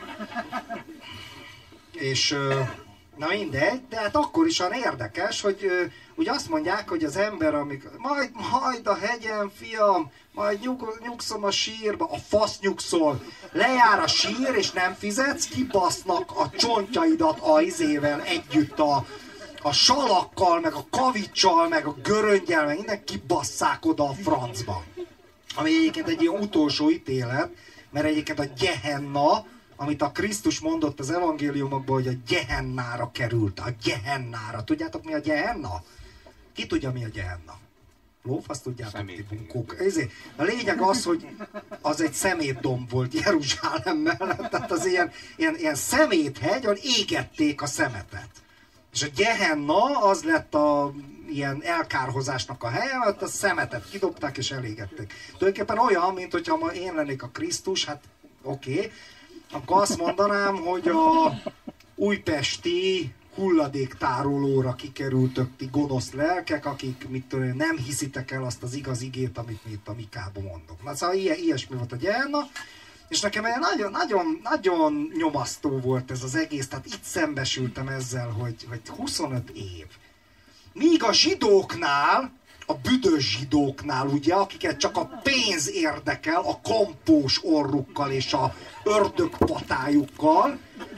És na mindegy, de hát akkor is olyan érdekes, hogy ugye azt mondják, hogy az ember, amikor majd a hegyen, fiam, majd nyugszom a sírba, a fasz nyugszol, lejár a sír és nem fizetsz, kibasznak a csontjaidat a izével együtt, a salakkal, meg a kavicsal, meg a göröngyel, meg minden kibasszák oda a francba. Ami egyébként egy ilyen utolsó ítélet, mert egyébként a Gehenna, amit a Krisztus mondott az evangéliumokban, hogy a Gehennára került, a Gehennára. Tudjátok, mi a Gehenna? Ki tudja, mi a Gehenna? Lófasz, tudjátok, ti bunkók. A lényeg az, hogy az egy szemétdomb volt Jeruzsálem mellett, tehát az ilyen szeméthegy, ahol égették a szemetet. És a Gehenna az lett a ilyen elkárhozásnak a helye, ott a szemetet kidobták és elégették. Tulajdonképpen olyan, mint hogyha ma én lennék a Krisztus, hát oké, akkor azt mondanám, hogy a újpesti hulladéktárolóra kikerültök ti gonosz lelkek, akik nem hiszitek el azt az igaz igét, amit mi itt a Mikában mondok. Na szóval ilyesmi volt a Gehenna, és nekem nagyon nyomasztó volt ez az egész, tehát itt szembesültem ezzel, hogy 25 év. Míg a zsidóknál, a büdös zsidóknál, ugye, akiket csak a pénz érdekel, a kampós orrukkal és a ördögpatájukkal,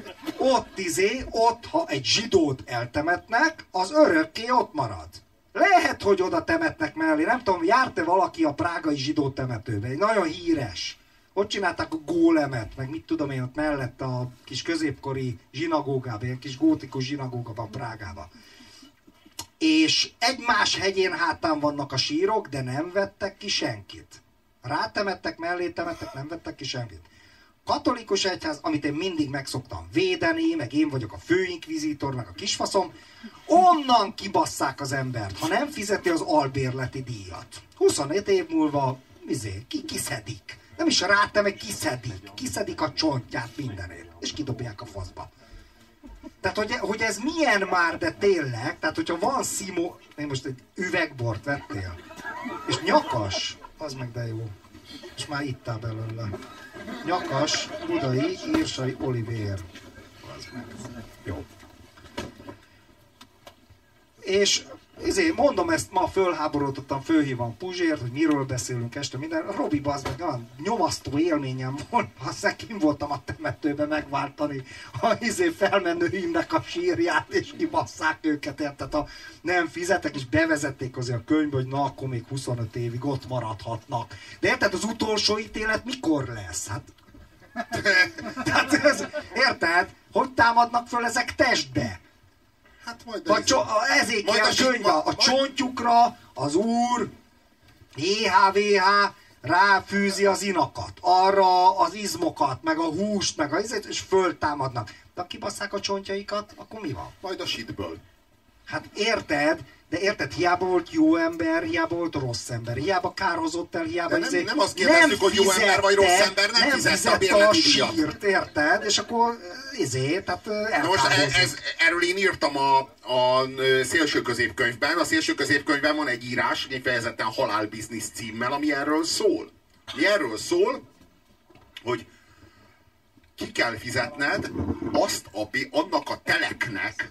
ott, ha egy zsidót eltemetnek, az örökké ott marad. Lehet, hogy oda temetnek mellé, nem tudom, járt-e valaki a prágai zsidó temetőbe, egy nagyon híres. Ott csinálták a gólemet, meg mit tudom én, ott mellett a kis középkori zsinagógában, ilyen kis gótikus zsinagógában Prágában. És egymás hegyén hátán vannak a sírok, de nem vettek ki senkit. Rátemettek, mellé temettek, nem vettek ki senkit. Katolikus egyház, amit én mindig meg szoktam védeni, meg én vagyok a főinkvizítor, meg a kisfaszom, onnan kibasszák az embert, ha nem fizeti az albérleti díjat. 25 év múlva kiszedik. Nem is rátemek, kiszedik a csontját mindenért, és kidobják a faszba. Tehát, hogy ez milyen már, de tényleg, tehát hogyha van Simó, én most egy üvegbort vettél, és nyakas, az meg de jó, és már ittál belőle. Nyakas, budai, írsai, Olivér. Az meg. Jó. És mondom ezt, ma fölháborodottam, fölhívom Puzsért, hogy miről beszélünk este, minden. Robi, bazd meg, olyan nyomasztó élményem volt, aztán kim voltam a temetőbe megváltani a felmenőimnek a sírját, és kibasszák őket, tehát nem fizetek, és bevezették azért a könyvbe, hogy na, akkor még 25 évig ott maradhatnak. De érted, az utolsó ítélet mikor lesz? Hát, tehát érted? Hogy támadnak föl ezek testbe? Hát majd ezért kell a könyvbe, a csontjukra az Úr, JHVH ráfűzi az inakat, arra az izmokat, meg a húst, meg és föltámadnak. De ha kibasszák a csontjaikat, akkor mi van? Majd a shitből. Hát érted, De érted, hiába volt jó ember, hiába volt rossz ember, hiába kározott el, hiába... De nem azt kérdeztük, hogy jó ember vagy rossz ember, nem fizette a bérleti díjat. Sírt, érted? És akkor tehát erről én írtam a szélső középkönyvben. A szélső középkönyvben van egy írás, kifejezetten halálbiznisz címmel, ami erről szól. Mi erről szól, hogy ki kell fizetned azt annak a teleknek,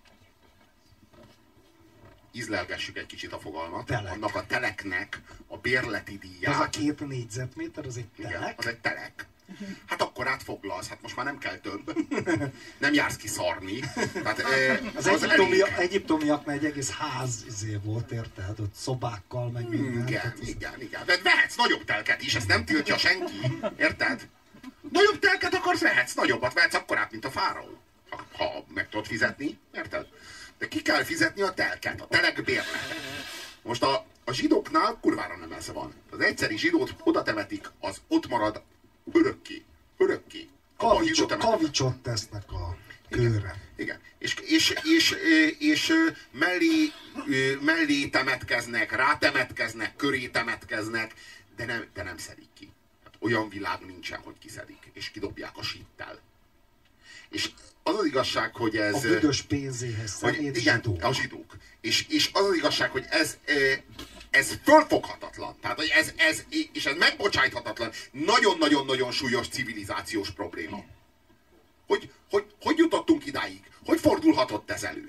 ízlelgessük egy kicsit a fogalmat, annak a teleknek a bérleti díját. Az a 2 négyzetméter, az egy telek? Igen, az egy telek. Hát akkor átfoglalsz, hát most már nem kell több. Nem jársz ki szarni. Tehát, az egyiptomiaknál egy egész ház volt, érted? Ott szobákkal, meg minden. Igen. De vehetsz nagyobb telket is, ezt nem tiltja senki. Érted? Nagyobb telket akarsz, vehetsz nagyobbat, vehetsz akkorát, mint a fáraó. Ha meg tudod fizetni, érted? De ki kell fizetni a telket, a telek bérletet. Most a zsidóknál kurvára nem ez van. Az egyszeri zsidót oda temetik, az ott marad örökké. Örökké. Kavicsot tesznek a kőre. Igen. És mellé temetkeznek, rátemetkeznek, köré temetkeznek, de nem szedik ki. Hát olyan világ nincsen, hogy kiszedik, és kidobják a sittel. És az az igazság, hogy ez... A büdös pénzéhez szemét igen, a zsidók. És az az igazság, hogy ez fölfoghatatlan. Tehát, hogy és ez megbocsájthatatlan. Nagyon-nagyon-nagyon súlyos civilizációs probléma. Hogy jutottunk idáig? Hogy fordulhatott ez elő?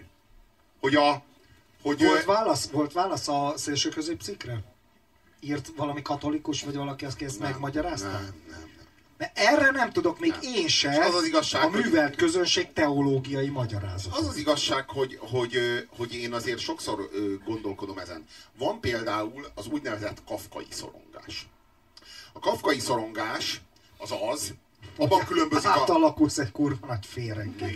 Volt válasz a szélső középcikkre? Írt valami katolikus, vagy valaki, aki ezt megmagyarázta? Nem. Mert erre nem tudok még én sem az igazság, a művelt közönség teológiai magyarázatot. Az az igazság, hogy én azért sokszor gondolkodom ezen. Van például az úgynevezett kafkai szorongás. A kafkai szorongás az, abban különbözik átalakulsz egy kurva nagy féreggé.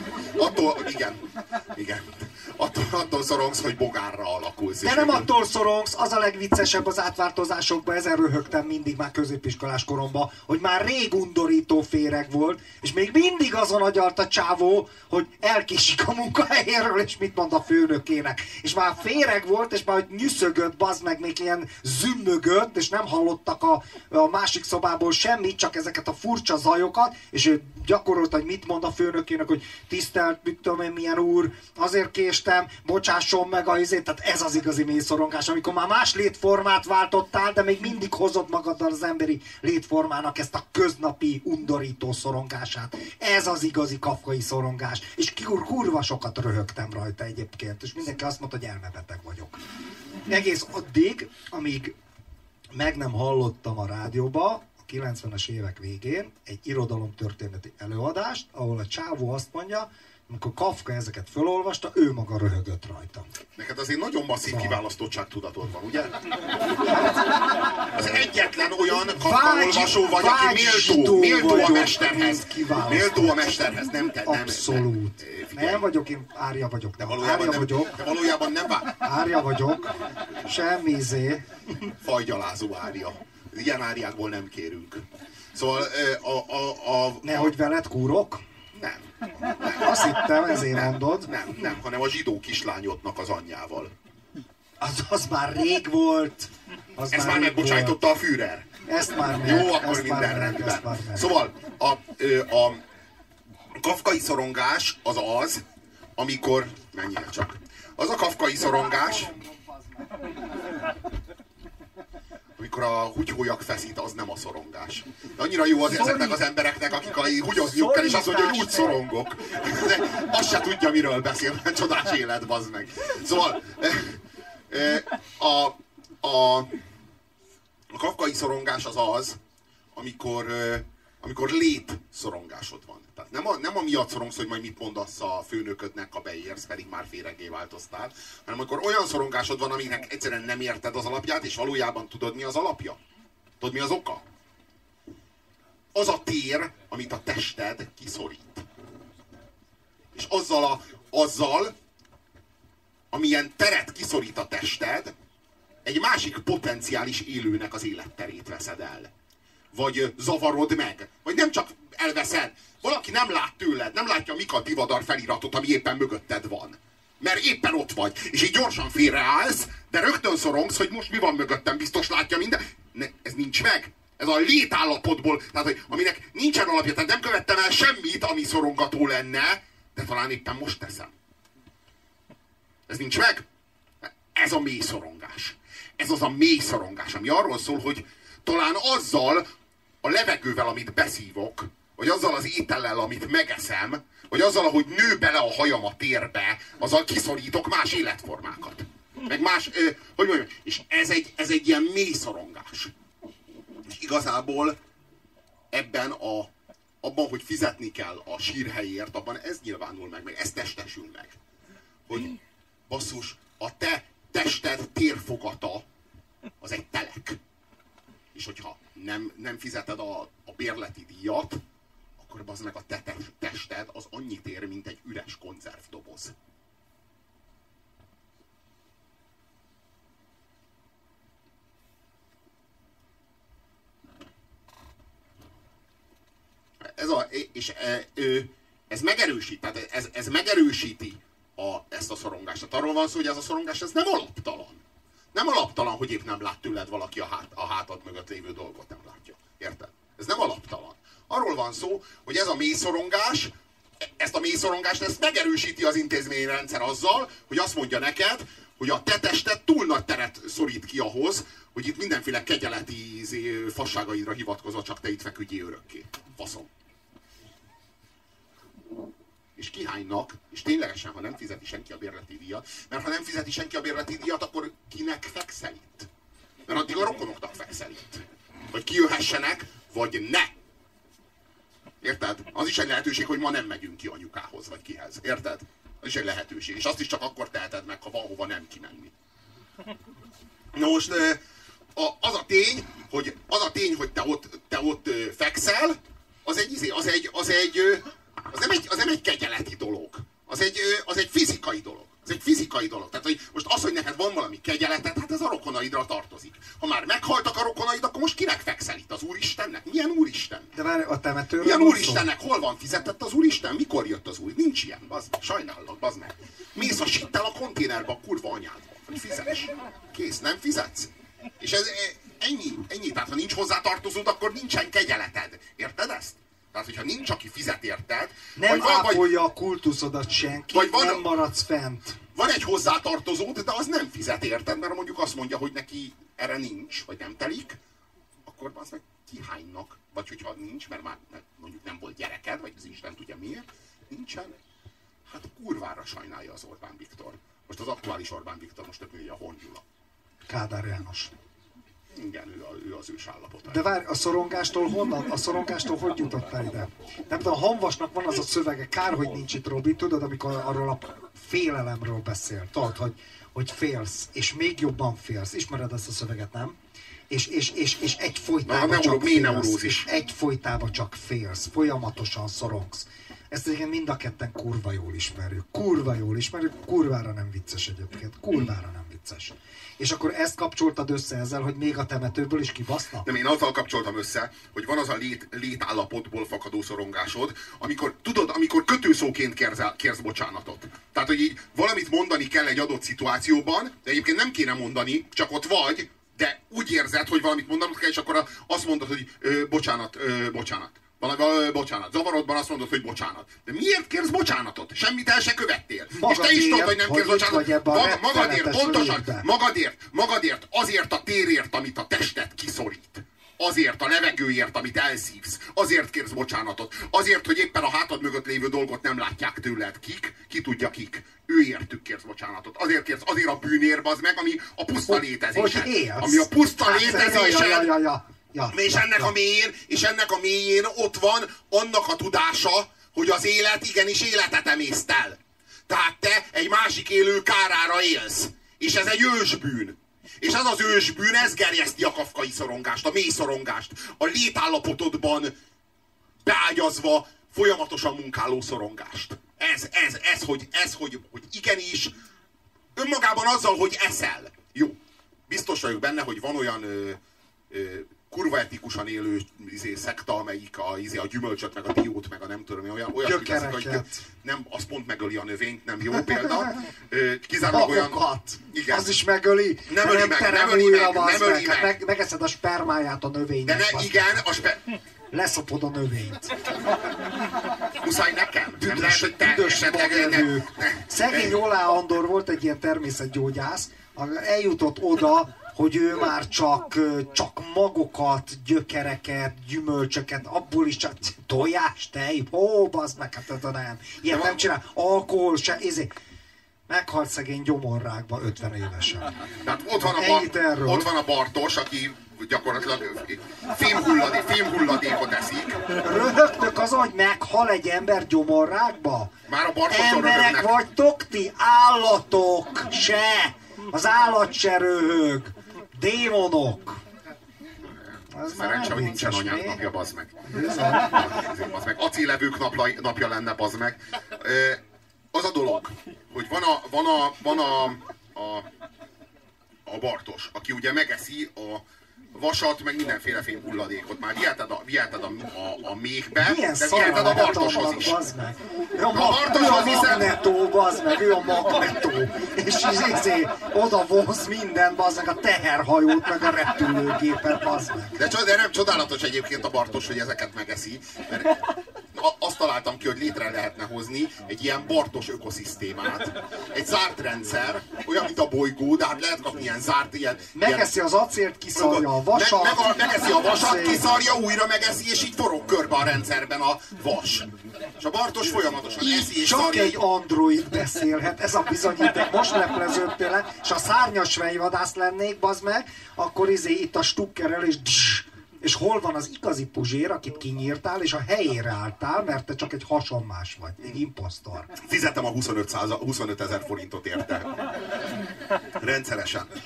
Igen. Attól szorongsz, hogy bogárra alakulsz. De nem attól szorongsz, az a legviccesebb az átváltozásokban, ezen röhögtem mindig már középiskolás koromban, hogy már rég undorító féreg volt, és még mindig azon agyalt a csávó, hogy elkésik a munkahelyéről, és mit mond a főnökének. És már féreg volt, és már hogy nyüszögött, bazd meg, még ilyen zümmögött, és nem hallottak a másik szobából semmit, csak ezeket a furcsa zajokat, és ő gyakorolta, hogy mit mond a főnökének, hogy tisztelt, mit tudom én, milyen úr, azért késtem, bocsásson meg a izét, tehát ez az igazi mélyszorongás, amikor már más létformát váltottál, de még mindig hozod magaddal az emberi létformának ezt a köznapi, undorító szorongását. Ez az igazi kafkai szorongás. És kurva sokat röhögtem rajta egyébként, és mindenki azt mondta, hogy elmebeteg vagyok. Egész addig, amíg meg nem hallottam a rádióba, 90-es évek végén egy irodalomtörténeti előadást, ahol a csávó azt mondja, amikor Kafka ezeket felolvasta, ő maga röhögött rajta. Neked azért nagyon masszív kiválasztottságtudatod van, ugye? Az egyetlen olyan Kafka-olvasó vagy, aki méltó a mesterhez. Méltó a mesterhez, nem te. Abszolút. Nem vagyok, én árja vagyok. De valójában nem Árja vagyok. Semmi izé. Fajgyalázó árja. Ilyen árjákból nem kérünk. Szóval nehogy veled kúrok? Nem. Azt hittem, ezért mondod. Nem, hanem a zsidó kislányodnak az anyjával. Az már rég volt. Ezt már megbocsájtotta a Führer. Ezt már meg. Jó, akkor minden rendben. Szóval a kafkai szorongás az, amikor... Menjél csak. Az a kafkai szorongás... Amikor a húgyhólyak feszít, az nem a szorongás. De annyira jó az ezeknek az embereknek, akik a húgyozniuk kell, és azt mondja, hogy úgy szorongok. De azt se tudja, miről beszél, mert csodás élet, bazd meg. Szóval a kafkai szorongás az, amikor létszorongásod van. Tehát nem amiatt szorongsz, hogy majd mit mondasz a főnöködnek, ha beérsz, pedig már féreggé változtál, hanem amikor olyan szorongásod van, aminek egyszerűen nem érted az alapját, és valójában tudod, mi az alapja? Tudod, mi az oka? Az a tér, amit a tested kiszorít. És azzal, amilyen teret kiszorít a tested, egy másik potenciális élőnek az életterét veszed el. Vagy zavarod meg. Vagy nem csak elveszed. Valaki nem lát tőled, nem látja a Mika Tivadar feliratot, ami éppen mögötted van. Mert éppen ott vagy, és így gyorsan félreállsz, de rögtön szorongsz, hogy most mi van mögöttem, biztos látja minden. Ez nincs meg. Ez a létállapotból, tehát hogy aminek nincsen alapja, tehát nem követtem el semmit, ami szorongató lenne, de talán éppen most teszem. Ez nincs meg? Ez a mély szorongás. Ez az a mély szorongás, ami arról szól, hogy talán azzal a levegővel, amit beszívok, vagy azzal az étellel, amit megeszem, vagy azzal, ahogy nő bele a hajam a térbe, azzal kiszorítok más életformákat. Meg más, hogy mondjam, és ez egy ilyen mély szorongás. És igazából abban, hogy fizetni kell a sírhelyért, abban ez nyilvánul meg ez testesül meg. Hogy basszus, a te tested térfogata az egy telek. És hogyha nem fizeted a bérleti díjat, akkor bazd meg a te tested az annyit ér, mint egy üres konzervdoboz. Ez megerősít, tehát ez megerősíti ezt a szorongást. Tehát arról van szó, hogy ez a szorongás ez nem alaptalan. Nem alaptalan, hogy épp nem lát tőled valaki a hátad mögött lévő dolgot nem látja. Érted? Ez nem alaptalan. Arról van szó, hogy ez a mély szorongás, ezt a mély szorongást ezt megerősíti az intézményrendszer azzal, hogy azt mondja neked, hogy a te tested túl nagy teret szorít ki ahhoz, hogy itt mindenféle kegyeleti fasságaidra hivatkozva csak te itt feküdjél örökké. Faszom. És kihánynak, és ténylegesen, ha nem fizeti senki a bérleti díjat, mert ha nem fizeti senki a bérleti díjat, akkor kinek fekszel itt? Mert addig a rokonoknak fekszel itt. Hogy kijöhessenek, vagy ne. Érted? Az is egy lehetőség, hogy ma nem megyünk ki anyukához, vagy kihez. Érted? Az is egy lehetőség. És azt is csak akkor teheted meg, ha van hova nem kimenni. Na most az a tény, hogy te ott fekszel, az nem egy kegyeleti dolog. Az egy fizikai dolog. Ez egy fizikai dolog. Tehát, hogy most az, hogy neked van valami kegyeleted, hát ez a rokonaidra tartozik. Ha már meghaltak a rokonaid, akkor most kinek fekszel itt? Az Úristennek? Milyen Úristennek? De várj, a temetőről milyen Úristennek? Hol van? Fizetett az Úristen? Mikor jött az Úr? Nincs ilyen, bazd meg. Sajnálok, bazd meg. Mész a sittel a konténerbe, a kurva anyád. Hogy fizess. Kész, nem fizetsz? És ez ennyi. Tehát, ha nincs hozzátartozód, akkor nincsen kegyeleted. Érted ezt? Tehát, hogyha nincs, aki fizet érted... Nem ápolja a kultuszodat senki, nem maradsz fent. Van egy hozzátartozód, de az nem fizet érted, mert mondjuk azt mondja, hogy neki erre nincs, vagy nem telik, akkor az meg kihánynak. Vagy hogyha nincs, mert már mondjuk nem volt gyereked, vagy az Isten tudja miért, nincsen. Hát kurvára sajnálja az Orbán Viktor. Most az aktuális Orbán Viktor, most tök mindegy a Horn Gyula. Kádár János. Igen, ő az ős állapota. De várj, a szorongástól hogy jutottál ide? Nem tudom, a Hamvasnak van az a szövege, kár, hogy nincs itt Robi, tudod, amikor arról a félelemről beszél. Tudod, hogy félsz, és még jobban félsz. Ismered ezt a szöveget, nem? És egyfolytában csak félsz. És egyfolytában csak félsz. Folyamatosan szorongsz. Ezt egyébként mind a ketten kurva jól ismerjük. Kurvára nem vicces egyébként. Kurvára nem vicces. És akkor ezt kapcsoltad össze ezzel, hogy még a temetőből is kibasznak? Nem, én azzal kapcsoltam össze, hogy van az a létállapotból fakadó szorongásod, amikor kötőszóként kérsz bocsánatot. Tehát, hogy így valamit mondani kell egy adott szituációban, de egyébként nem kéne mondani, csak ott vagy, de úgy érzed, hogy valamit mondanod kell, és akkor azt mondod, hogy bocsánat. Bocsánat. Zavarodban azt mondod, hogy bocsánat. De miért kérsz bocsánatot? Semmit el se követtél. És te is tudod, hogy nem kérsz bocsánatot. Magadért, pontosan. Magadért, azért a térért, amit a tested kiszorít. Azért a levegőért, amit elszívsz. Azért kérsz bocsánatot. Azért, hogy éppen a hátad mögött lévő dolgot nem látják tőled. Kik? Ki tudja kik. Őértük kérsz bocsánatot. Azért kérsz, azért a bűnért, bazd meg, ami a puszta létezésed. Ami a puszta létezésed. Ja, és ennek a mélyén ott van annak a tudása, hogy az élet igenis életet emészt el. Tehát te egy másik élő kárára élsz. És ez egy ősbűn. És ez az ősbűn, ez gerjeszti a kafkai szorongást, a mély szorongást. A létállapotodban beágyazva folyamatosan munkáló szorongást. Ez, hogy igenis önmagában azzal, hogy eszel. Jó, biztos vagyok benne, hogy van olyan kurva etikusan élő szekta, amelyik a gyümölcsöt, meg a diót, meg a nem tudom, olyasmit teszik, hogy nem, az pont megöli a növényt, nem jó példa. Kizárólag olyan... Igen. Az is megöli, nem öli meg, nem öli meg. Megeszed a spermáját a növénynek. De igen, leszopod a növényt. Muszáj nekem? Nem lehet, hogy te esetleg... Szegény Olá Andor volt egy ilyen természetgyógyász, eljutott oda, hogy ő már csak magokat, gyökereket, gyümölcsöket, abból is csak tojás, tej, bazd meg, hát nem. Ilyet nem csinál, alkohol se, meghalt szegény gyomorrákba 50 évesen. Tehát ott van a Bartos, aki gyakorlatilag fémhulladékot eszik. Röhögtök azon, hogy meghal egy ember gyomorrákba? Már a Bartoson emberek röhögnek. vagytok ti, állatok se! Az állat se röhög! Démonok! Szerencsé, hogy nincsen anyák napja, bazd meg. Acélevők napja lenne, bazd meg. Az a dolog, hogy van a Bartos, aki ugye megeszi a vasat, meg mindenféle fémhulladékot. Már viheted a méhbe, de viheted a Bartoshoz is. A magnetó, bazd meg, ő a magnetó. És oda vonz minden, bazd meg, a teherhajót, meg a repülőgépet, bazd meg. De nem csodálatos egyébként a Bartos, hogy ezeket megeszi, mert azt találtam ki, hogy létre lehetne hozni egy ilyen Bartos ökoszisztémát. Egy zárt rendszer, olyan, mint a bolygó, de hát lehet kapni ilyen zárt, megeszi az acélt, kiszarja a vasat. Megeszi a vasat, kiszarja, újra megeszi, és így forog körbe a rendszerben a vas. És a Bartos folyamatosan eszi és csak szarja. Egy android beszélhet, ez a bizonyíték. Most lepleződtél le, és a szárnyas fejvadász lennék, bazd meg, akkor itt a stukkerrel, és hol van az igazi Puzsér, akit kinyírtál, és a helyére álltál, mert te csak egy hasonmás vagy, egy imposztor. Fizettem a 25 000 forintot érte. Rendszeresen.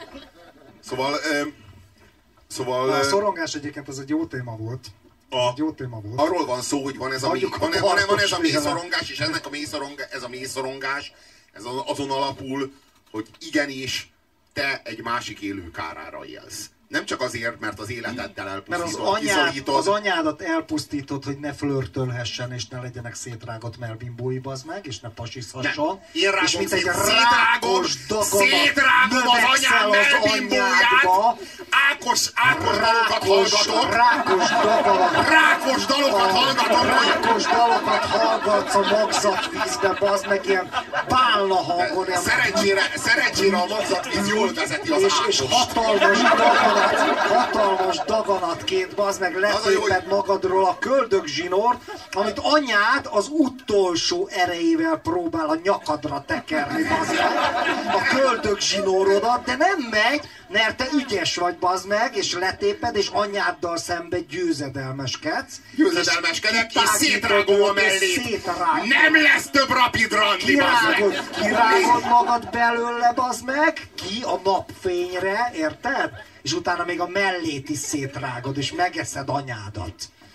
Szóval... A szorongás egyébként az egy jó téma volt. Arról van szó, hogy van ez a mély szorongás, és ez a mély szorongás, ez azon alapul, hogy igenis te egy másik élő kárára élsz. Nem csak azért, mert az életeddel elpusztítod, mert az anyádat elpusztítod, hogy ne flörtölhessen, és ne legyenek szétrágott melbimbói, bazd meg, és ne pasizhasson. Én rágom szétrágom az anyám melbimbóját, Ákos dalokat hallgatok. Rákos dalokat hallgatsz a magzatvízbe, bazd meg, ilyen bálna hangon. Szerencsére a magzatvíz jól vezeti az Ákos. És hatalmas daganatként, bazd meg, letéped magadról a köldögzsinort, amit anyád az utolsó erejével próbál a nyakadra tekerni, bazd meg, a köldögzsinórodat, de nem megy, mert te ügyes vagy, bazd meg, és letéped, és anyáddal szembe győzedelmeskedsz. Győzedelmeskedek, és szétrágom a mellét. Nem lesz több rapid randi, bazd meg. Kirágod magad belőle, bazd meg, ki a napfényre, érted? És utána még a mellét is szétrágod, és megeszed anyádat.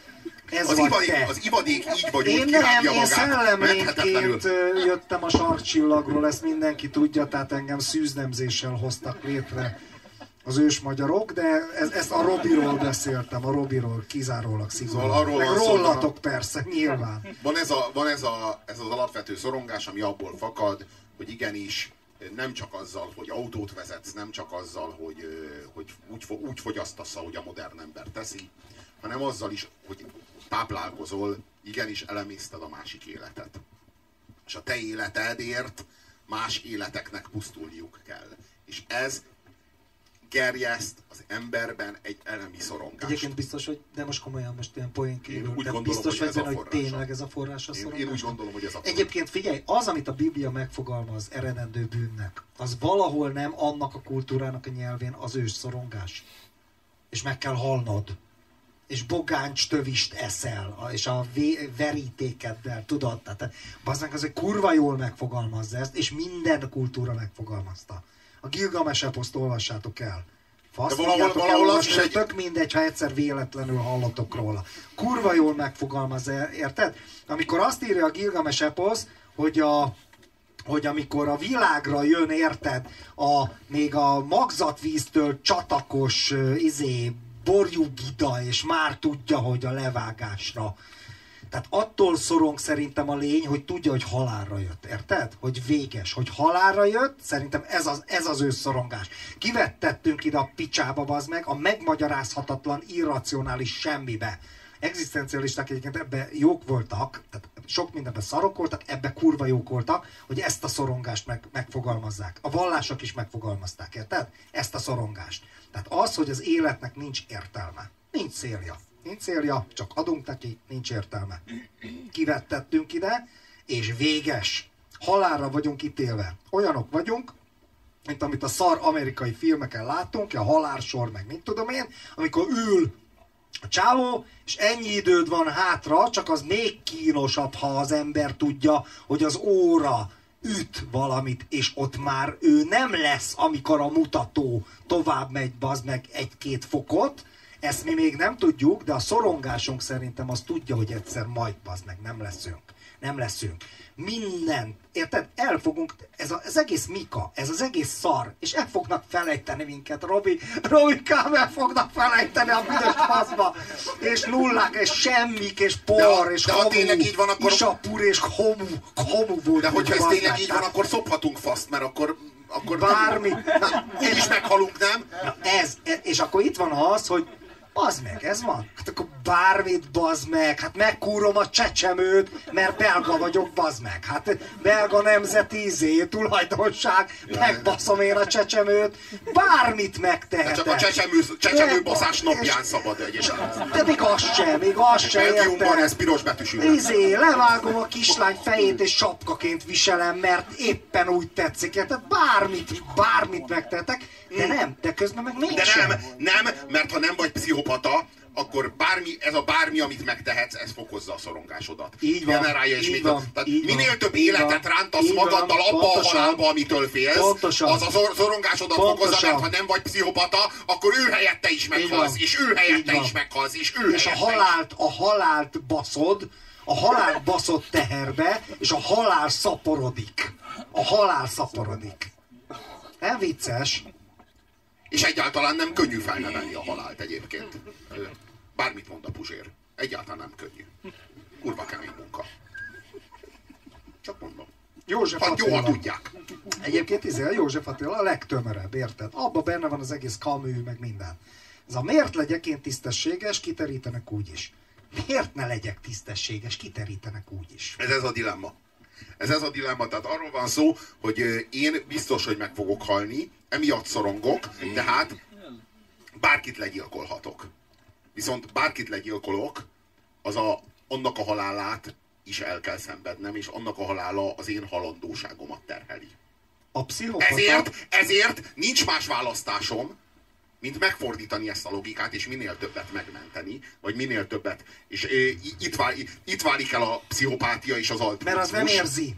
Az ivadék így vagy úgy kirágja magát. Én szellemlényként jöttem a sarkcsillagról, ezt mindenki tudja, tehát engem szűznemzéssel hoztak létre az ősmagyarok, de ezt a Robiról beszéltem, a Robiról kizárólag szigorúan. Meg rólatok persze, nyilván. Van ez az alapvető szorongás, ami abból fakad, hogy igenis nem csak azzal, hogy autót vezetsz, nem csak azzal, hogy úgy fogyasztasz, ahogy a modern ember teszi, hanem azzal is, hogy táplálkozol, igenis elemészted a másik életet. És a te életedért más életeknek pusztulniuk kell. És ez gerjeszt az emberben egy elemi szorongást. Egyébként biztos, hogy, de most komolyan, most ilyen poénkívül, de biztos vagy benne, hogy tényleg ez a forrás a szorongás? Én úgy gondolom, hogy ez a forrás. Egyébként figyelj, az, amit a Biblia megfogalmaz eredendő bűnnek, az valahol nem annak a kultúrának a nyelvén az ős szorongás. És meg kell halnod. És bogáncs tövist eszel, és a verítékeddel, tudod? Tehát bazdmeg az, hogy kurva jól megfogalmazza ezt, és minden kultúra megfogalmazta. A Gilgames eposzt olvassátok el. Valahol az is tök mindegy, ha egyszer véletlenül hallotok róla. Kurva jól megfogalmazza, érted? Amikor azt írja a Gilgames eposz, hogy amikor a világra jön, érted, még a magzatvíztől csatakos borjúgida, és már tudja, hogy a levágásra. Tehát attól szorong szerintem a lény, hogy tudja, hogy halálra jött. Érted? Hogy véges. Hogy halálra jött, szerintem ez az ő szorongás. Kivettettünk ide a picsába, bazd meg, a megmagyarázhatatlan, irracionális semmibe. Egzisztencialisták egyébként ebbe jók voltak, tehát sok mindenben szarok voltak, ebbe kurva jók voltak, hogy ezt a szorongást megfogalmazzák. A vallások is megfogalmazták, érted? Ezt a szorongást. Tehát az, hogy az életnek nincs értelme. Nincs célja. Nincs célja, csak adunk neki, nincs értelme. Kivettettünk ide, és véges. Halálra vagyunk ítélve. Olyanok vagyunk, mint amit a szar amerikai filmeken látunk, a halálsor, meg mit tudom én, amikor ül a csávó, és ennyi időd van hátra, csak az még kínosabb, ha az ember tudja, hogy az óra üt valamit, és ott már ő nem lesz, amikor a mutató tovább megy, bazd meg 1-2 fokot. Ezt mi még nem tudjuk, de a szorongásunk szerintem az tudja, hogy egyszer majd, bazd meg, nem leszünk. Nem leszünk. Minden, érted? El fogunk, ez egész Mika, ez az egész szar, és el fognak felejteni minket, Robikám, el fognak felejteni a büdös faszba, és nullák, és semmik, és por, és ha tényleg így van, akkor... isapur, és homu volt. De hogyha ez tényleg így van, akkor szophatunk faszt, mert akkor bármi. Úgy is meghalunk, nem? Na és akkor itt van az, hogy bazd meg, ez van? Hát akkor bármit, bazd meg, hát megkúrom a csecsemőt, mert belga vagyok, bazd meg. Hát belga nemzeti tulajdonság, megbaszom én a csecsemőt, bármit megtehetek. Csak a csecsemőbaszás napján szabad egyébként. De még az sem, Belgiumban ez piros betűsül. Levágom a kislány fejét és sapkaként viselem, mert éppen úgy tetszik. Tehát bármit megtehetek, de közben meg mégsem. De nem, mert ha nem vagy pszichopata, akkor bármi, amit megtehetsz, ez fokozza a szorongásodat. Így van, generálja, és így van, tehát így minél van, több így életet van, rántasz így magaddal van, abba pontosan, a halálba, amitől félsz, pontosan, az a szorongásodat fokozza, mert ha nem vagy pszichopata, akkor ő helyette is meghalsz, és ő helyette is meghalsz, és ő és helyette a halált baszod, a halált baszod teherbe, és a halál szaporodik. A halál szaporodik. Nem vicces? És egyáltalán nem könnyű felnevelni a halált egyébként. Bármit mond a Puzsér. Egyáltalán nem könnyű. Kurva kemény munka. Csak mondom. József Attila. Jó, ha tudják. Egyébként József Attila a legtömörebb, érted? Abban benne van az egész Camus, meg minden. Ez a miért legyek én tisztességes, kiterítenek úgyis. Miért ne legyek tisztességes, kiterítenek úgyis. Ez a dilemma. Ez a dilemma, tehát arról van szó, hogy én biztos, hogy meg fogok halni, emiatt szorongok, tehát bárkit legyilkolhatok. Viszont bárkit legyilkolok, annak a halálát is el kell szenvednem, és annak a halála az én halandóságomat terheli. A pszichopata... Ezért nincs más választásom, mint megfordítani ezt a logikát, és minél többet megmenteni, vagy minél többet. És itt válik el a pszichopátia és az altruizmus. Mert az nem érzi.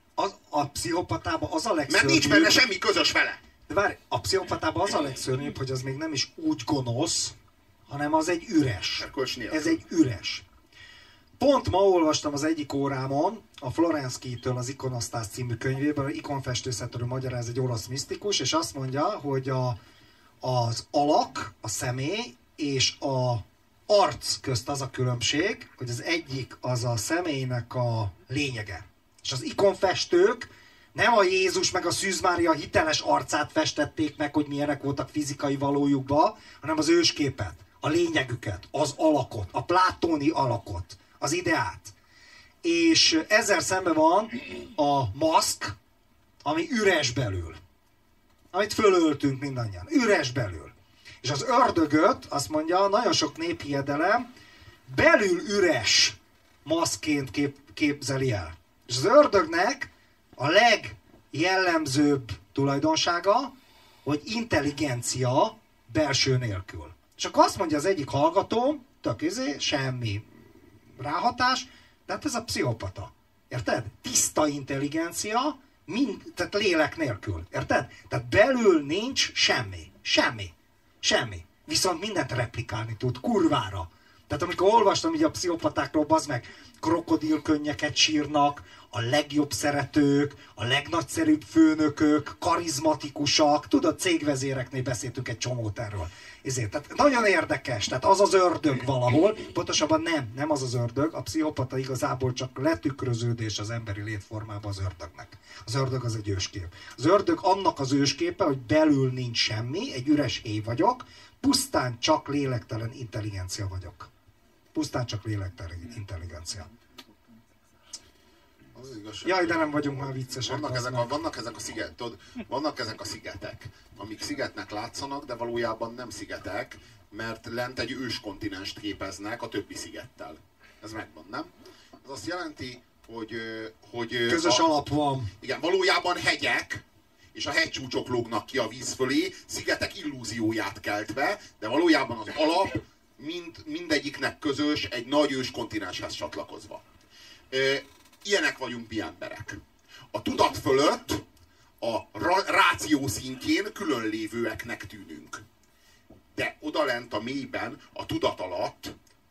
A pszichopatában az a legszörnyűbb... Mert nincs benne semmi közös vele. De várj, a pszichopatában az a legszörnyűbb, hogy az még nem is úgy gonosz, hanem az egy üres. Ez egy üres. Pont ma olvastam az egyik órámon, a Florenszkijtől az Ikonosztász című könyvében, az ikonfestőszerről magyaráz egy orosz misztikus, és azt mondja, hogy az alak, a személy és a arc közt az a különbség, hogy az egyik az a személynek a lényege. És az ikonfestők nem a Jézus meg a Szűz Mária hiteles arcát festették meg, hogy milyenek voltak fizikai valójukban, hanem az ősképet, a lényegüket, az alakot, a plátóni alakot, az ideát. És ezzel szemben van a maszk, ami üres belül. Amit fölöltünk mindannyian. Üres belül. És az ördögöt, azt mondja, nagyon sok néphiedelem belül üres maszkként képzeli el. És az ördögnek a legjellemzőbb tulajdonsága, hogy intelligencia belső nélkül. És akkor azt mondja az egyik hallgató, semmi ráhatás, de hát ez a pszichopata. Érted? Tiszta intelligencia, tehát lélek nélkül. Érted? Tehát belül nincs semmi. Semmi. Viszont mindent replikálni tud, kurvára. Tehát amikor olvastam így a pszichopatákról, bazd meg, krokodilkönnyeket sírnak, a legjobb szeretők, a legnagyszerűbb főnökök, karizmatikusak, tudod, cégvezéreknél beszéltünk egy csomót erről. Ezért, tehát nagyon érdekes, tehát az az ördög valahol, pontosabban nem az az ördög, a pszichopata igazából csak letükröződés az emberi létformában az ördögnek. Az ördög az egy őskép. Az ördög annak az ősképe, hogy belül nincs semmi, egy üres héj vagyok, pusztán csak lélektelen intelligencia vagyok. Pusztán csak lélektelen intelligencia. Jaj, de nem vagyunk már viccesek. Vannak ezek a szigetek, amik szigetnek látszanak, de valójában nem szigetek, mert lent egy őskontinenst képeznek a többi szigettel. Ez megvan, nem? Ez azt jelenti, hogy közös alap van. Igen, valójában hegyek, és a hegycsúcsok lógnak ki a víz fölé, szigetek illúzióját keltve, de valójában az alap mindegyiknek közös, egy nagy őskontinenshez csatlakozva. Ilyenek vagyunk mi emberek. A tudat fölött a ráció szintjén különlévőeknek tűnünk. De odalent a mélyben, a tudat alatt,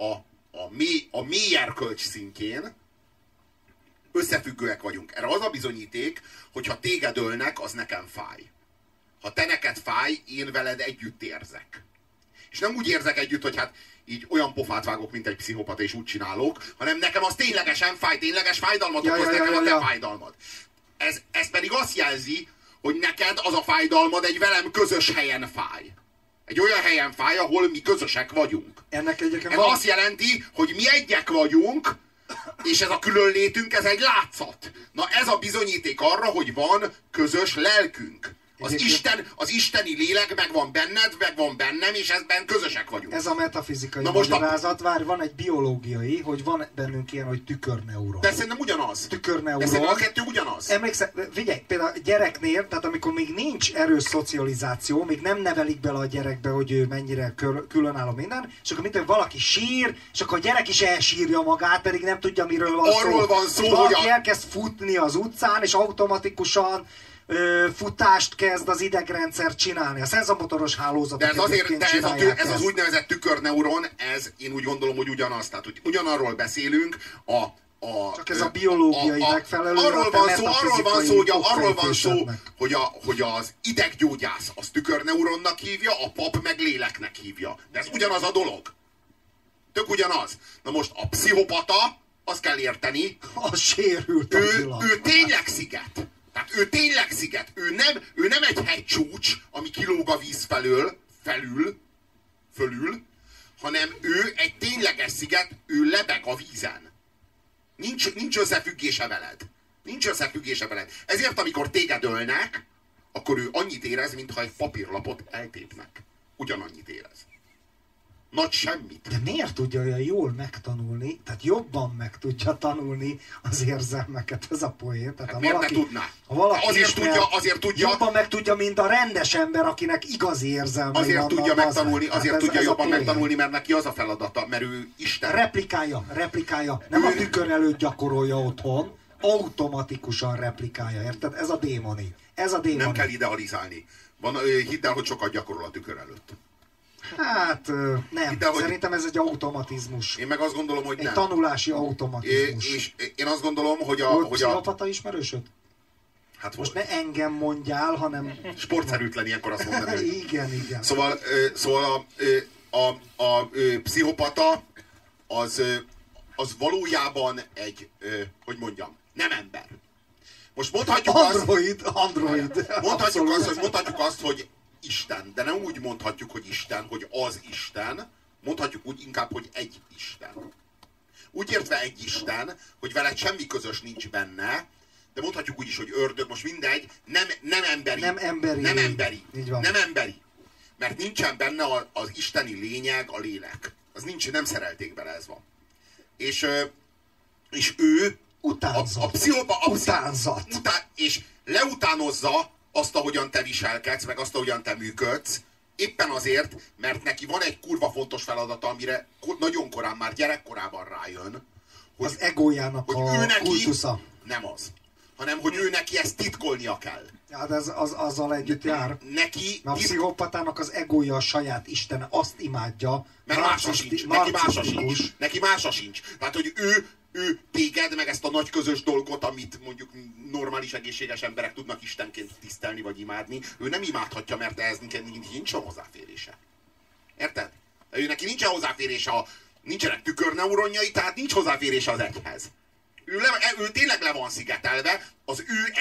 a mély erkölcs szintjén összefüggőek vagyunk. Erre az a bizonyíték, hogy ha téged ölnek, az nekem fáj. Ha te neked fáj, én veled együtt érzek. És nem úgy érzek együtt, hogy hát így olyan pofát vágok, mint egy pszichopata, és úgy csinálok, hanem nekem az ténylegesen fáj, tényleges fájdalmat okoz nekem a te fájdalmad. Ez pedig azt jelzi, hogy neked az a fájdalmad egy velem közös helyen fáj. Egy olyan helyen fáj, ahol mi közösek vagyunk. Ez azt jelenti, hogy mi egyek vagyunk, és ez a különlétünk, ez egy látszat. Na ez a bizonyíték arra, hogy van közös lelkünk. Az isteni lélek megvan benned, megvan bennem, és ezben közösek vagyunk. Ez a metafizikai magyarázat. Várj, van egy biológiai, hogy van bennünk ilyen, hogy tükörneuron. De szerintem ugyanaz. Tükörneuron. De szerintem a kettő ugyanaz. Emlékszel, figyelj, például a gyereknél, tehát amikor még nincs erős szocializáció, még nem nevelik bele a gyerekbe, hogy ő mennyire különálló minden, és akkor mint valaki sír, és akkor a gyerek is elsírja magát, pedig nem tudja, miről van szó. Arról van szó, hogy elkezd futni az utcán, és automatikusan futást kezd az idegrendszer csinálni. A szenzomotoros hálózatok ez az úgynevezett tükörneuron, ez én úgy gondolom, hogy ugyanaz. Tehát, hogy ugyanarról beszélünk, csak ez a biológiai megfelelő. Arról van szó, hogy az ideggyógyász az tükörneuronnak hívja, a pap meg léleknek hívja. De ez ugyanaz a dolog. Tök ugyanaz. Na most a pszichopata, azt kell érteni, az sérült ő tényleg sziget. Tehát ő tényleg sziget. Ő nem egy hegycsúcs, ami kilóg a víz fölül, hanem ő egy tényleges sziget, ő lebeg a vízen. Nincs összefüggése veled. Nincs összefüggése veled. Ezért, amikor téged ölnek, akkor ő annyit érez, mintha egy papírlapot eltépnek. Ugyanannyit érez. Nagy semmit. De miért tudja olyan jól megtanulni, tehát jobban meg tudja tanulni az érzelmeket, ez a poén. Tehát hát miért ne tudná? Azért tudja. Jobban meg tudja, mint a rendes ember, akinek igazi érzelmei azért tudja megtanulni, azért tudja jobban megtanulni, mert neki az a feladata, mert ő Isten. Replikálja. Nem a tükör előtt gyakorolja otthon, automatikusan replikálja, érted? Ez a démoni. Nem kell idealizálni. Hidd el, hogy sokat gyakorol a tükör előtt. Hát nem, szerintem ez egy automatizmus. Én meg azt gondolom, hogy nem. Egy tanulási automatizmus. És én azt gondolom, hogy a pszichopata ismerősöd? Hát most ne engem mondjál, hanem... Sportszerűtlen ilyenkor azt mondani. Igen. Szóval a pszichopata az valójában egy, hogy mondjam, nem ember. Most mondhatjuk Android. Mondhatjuk azt, hogy Isten, de nem úgy mondhatjuk, hogy Isten, hogy az Isten, mondhatjuk úgy inkább, hogy egy Isten. Úgy értve egy Isten, hogy veled semmi közös nincs benne, de mondhatjuk úgy is, hogy ördög, most mindegy, nem emberi. Nem emberi. Mert nincsen benne az isteni lényeg, a lélek. Az nincs, nem szerelték bele, ez van. És ő utánzat. És leutánozza azt, ahogyan te viselkedsz, meg azt, ahogyan te működsz, éppen azért, mert neki van egy kurva fontos feladata, amire nagyon korán, már gyerekkorában rájön, hogy az egójának a kultusza. Nem az. Hanem, hogy ő neki ezt titkolnia kell. Hát ez azzal együtt jár. A pszichopatának az egója a saját istene, azt imádja. Mert mása sincs. Neki mása sincs. Tehát, hogy ő ő téged, meg ezt a nagy közös dolgot, amit mondjuk normális, egészséges emberek tudnak istenként tisztelni vagy imádni, ő nem imádhatja, mert ehhez nincs hozzáférése. Érted? Ő neki nincsen hozzáférése, nincsenek tükörneuronjai, tehát nincs hozzáférése az egyhez. Ő tényleg le van szigetelve, az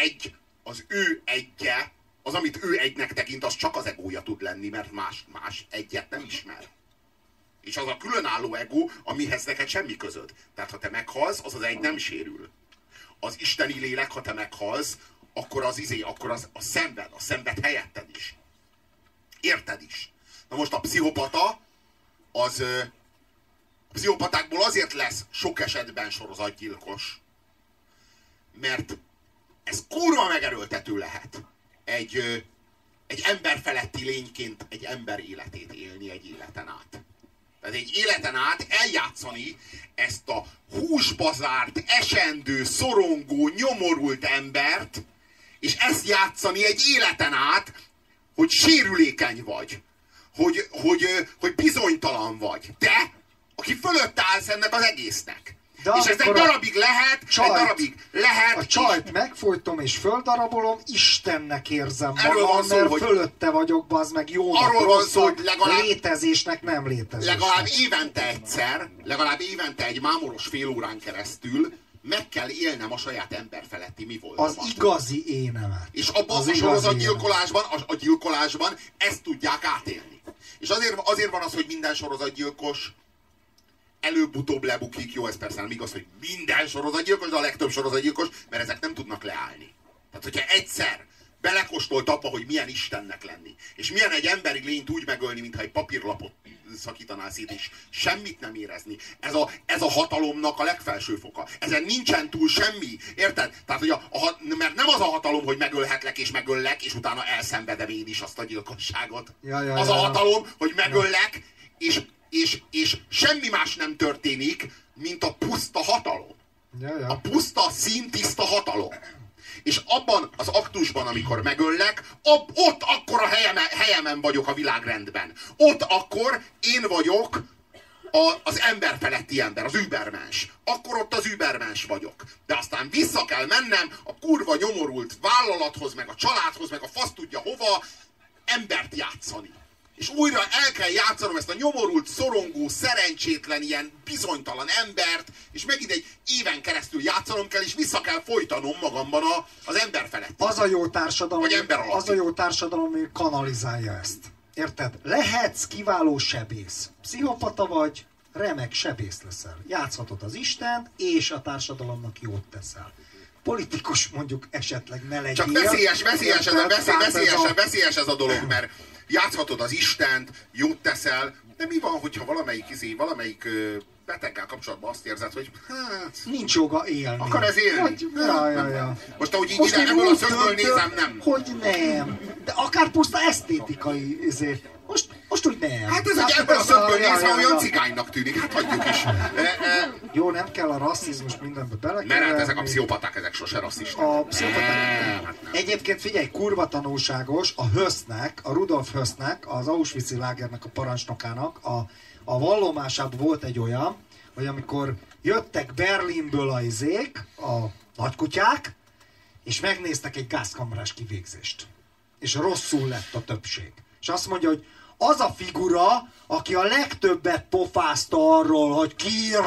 ő egyje, az, amit ő egynek tekint, az csak az egója tud lenni, mert más egyet nem ismer. És az a különálló ego, amihez neked semmi közöd. Tehát ha te meghalsz, az egy nem sérül. Az isteni lélek, ha te meghalsz, akkor az szenved helyetted is. Érted is. Na most a pszichopata, a pszichopatákból azért lesz sok esetben sorozatgyilkos, mert ez kurva megerőltető lehet. Egy ember feletti lényként egy ember életét élni egy életen át. Tehát egy életen át eljátszani ezt a húsbazárt, esendő, szorongó, nyomorult embert, és ezt játszani egy életen át, hogy sérülékeny vagy, hogy bizonytalan vagy. Te, aki fölött állsz ennek az egésznek. És ez egy darabig lehet, a csajt megfojtom és földarabolom, Istennek érzem magam, mert hogy fölötte vagyok, bazd meg, jónak, rossznak, létezésnek nem létezésnek. Legalább évente egy mámoros fél órán keresztül meg kell élnem a saját emberfeletti mi volt. Az igazi énemet. És abban a sorozatgyilkolásban ezt tudják átélni. És azért van az, hogy minden sorozatgyilkos előbb-utóbb lebukik. Jó, ez persze nem igaz, hogy minden sorozatgyilkos, de a legtöbb sorozatgyilkos, mert ezek nem tudnak leállni. Tehát, hogyha egyszer belekóstolt abba, hogy milyen Istennek lenni, és milyen egy emberi lényt úgy megölni, mintha egy papírlapot szakítanál szét, és semmit nem érezni. Ez a hatalomnak a legfelső foka. Ezen nincsen túl semmi. Érted? Tehát, hogy mert nem az a hatalom, hogy megölhetlek és megöllek, és utána elszenvedem én is azt a gyilkosságot. Az a hatalom, hogy megöllek, és semmi más nem történik, mint a puszta hatalom. A puszta, színtiszta hatalom. És abban az aktusban, amikor megöllek, ott akkor a helyemen vagyok a világrendben. Ott akkor én vagyok az ember feletti ember, az übermens. Akkor ott az übermens vagyok. De aztán vissza kell mennem a kurva nyomorult vállalathoz, meg a családhoz, meg a fasz tudja hova, embert játszani. És újra el kell játszanom ezt a nyomorult, szorongó, szerencsétlen, ilyen bizonytalan embert, és megint egy éven keresztül játszanom kell, és vissza kell folytanom magamban az ember felett. Az a jó társadalom, ami kanalizálja ezt. Érted? Lehetsz kiváló sebész. Pszichopata vagy, remek sebész leszel. Játszhatod az Istent, és a társadalomnak jót teszel. Politikus mondjuk esetleg ne legyél. Csak veszélyes ez a dolog, mert játszhatod az Istent, jót teszel, de mi van, hogyha valamelyik beteggel kapcsolatban azt érzed, hogy hát... Nincs joga élni. Akar ez élni? Ja. Most ahogy így ebből a szögből nézem, nem. Hogy nem. De akár puszta esztétikai most úgy nem. Hát ez, hogy ebből a szögből nézve olyan cigánynak tűnik, hát hagyjuk is. Jó, nem kell a rasszizmus mindenbe belekeverni. Mert hát ezek a pszichopaták, ezek sose rasszisták. A pszichopaták. Egyébként figyelj, kurva tanulságos, a Rudolf Hössnek, az Auschwitz-i lágernek a parancsnokának a vallomásában volt egy olyan, hogy amikor jöttek Berlinből a nagykutyák, és megnéztek egy gázkamarás kivégzést. És rosszul lett a többség. És azt mondja, hogy az a figura, aki a legtöbbet pofázta arról, hogy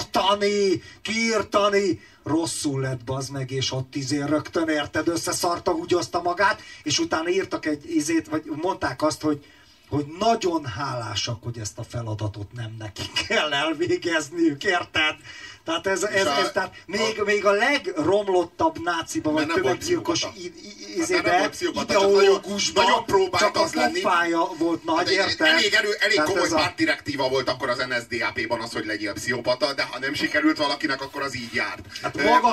kiirtani, rosszul lett, bazd meg, és ott rögtön, érted, összeszarta, húgyozta magát, és utána írtak egy vagy mondták azt, hogy nagyon hálásak, hogy ezt a feladatot nem nekik kell elvégezniük, érted? Tehát tehát még a legromlottabb náciba, vagy tömeggyilkos ideológusban csak a pofája volt nagy, érted? Elég komoly pártdirektíva volt akkor az NSDAP-ban az, hogy legyél pszichopata, de ha nem sikerült valakinek, akkor az így járt. Hát maga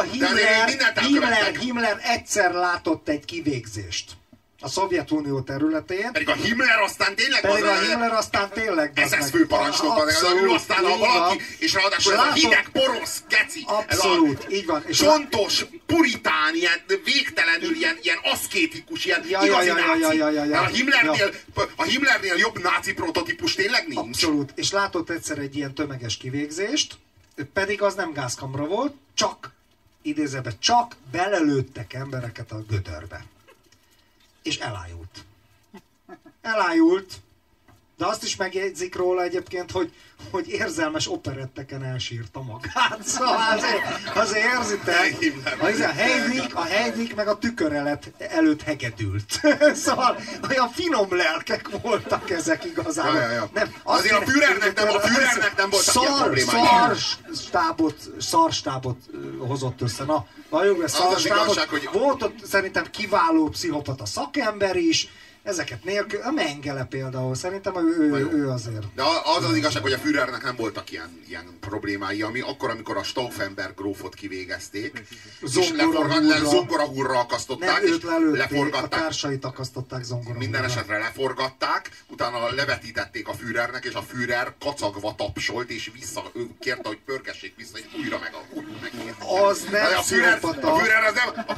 Himmler egyszer látott egy kivégzést a Szovjetunió területén. Pedig a Himmler aztán tényleg SS főparancsnokban, aztán a valaki, és ráadásul ez a hideg, porosz, geci. Abszolút, így van. És csontos, puritán, ilyen végtelenül, ilyen aszkétikus, ilyen igazi náci. A Himmlernél jobb náci prototípus tényleg nincs. Abszolút. És látott egyszer egy ilyen tömeges kivégzést, Pedig az nem gázkamra volt, csak, idézőben, csak belelőttek embereket a gödörbe. És elájult. Elájult, de azt is megjegyzik róla egyébként, hogy érzelmes operetteken elsírta magát. Szóval azért érzitek, a Heidrich meg a tükör előtt hegedült. Szóval olyan finom lelkek voltak ezek igazából. Ja. Nem, azért a Führernek nem voltak ilyen problémái. Szarstábot hozott össze. Na, valljuk be, szarstábot. Hogy... Volt ott szerintem kiváló pszichopata szakember is, ezeket nélkül, a Mengele például, szerintem ő azért. De az igazság, hogy a Führernek nem voltak ilyen problémái, akkor, amikor a Stauffenberg grófot kivégezték, és zongorahúrra akasztották, nem, és leforgatták. A társait akasztották zongorahúrra. Minden esetre leforgatták, utána levetítették a Führernek, és a Führer kacagva tapsolt, és kérte, hogy pörgessék vissza, és újra megért. Az nem pszichopata. A Führer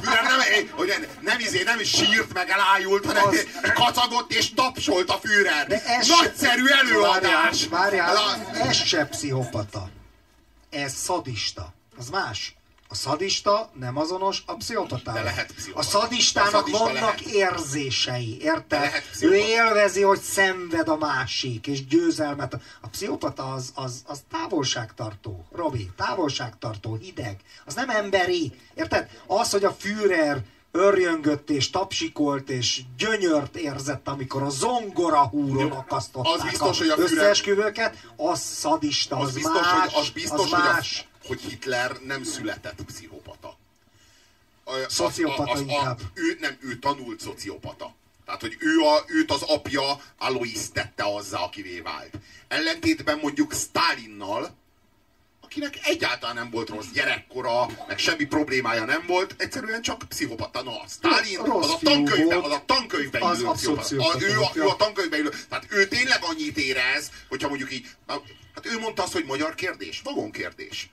nem sírt meg, elájult, hanem kacagott és tapsolt a Führer. Nagyszerű előadás! Várjál, ez se pszichopata. Ez szadista. Az más. A szadista nem azonos a pszichopatával. De lehet pszichopata. A szadistának vannak érzései, érted? Ő élvezi, hogy szenved a másik, és győzelmet. A pszichopata az távolságtartó. Robi, távolságtartó, hideg. Az nem emberi. Érted? Az, hogy a Führer örjöngött és tapsikolt és gyönyört érzett, amikor a zongorahúron akasztották az összeesküvőket, az szadista, az más. Hogy Hitler nem született pszichopata. Szociopata inkább. Ő tanult szociopata. Tehát, hogy őt az apja Alois tette azzá, akivé vált. Ellentétben mondjuk Sztálinnal, akinek egyáltalán nem volt rossz gyerekkora, meg semmi problémája nem volt, egyszerűen csak pszichopata. Na, Sztálin az a tankönyvben ülő pszichopata. Ő a tankönyvben ülő. Tehát ő tényleg annyit érez, hogyha mondjuk így, hát ő mondta azt, hogy magyar kérdés, vagon kérdés.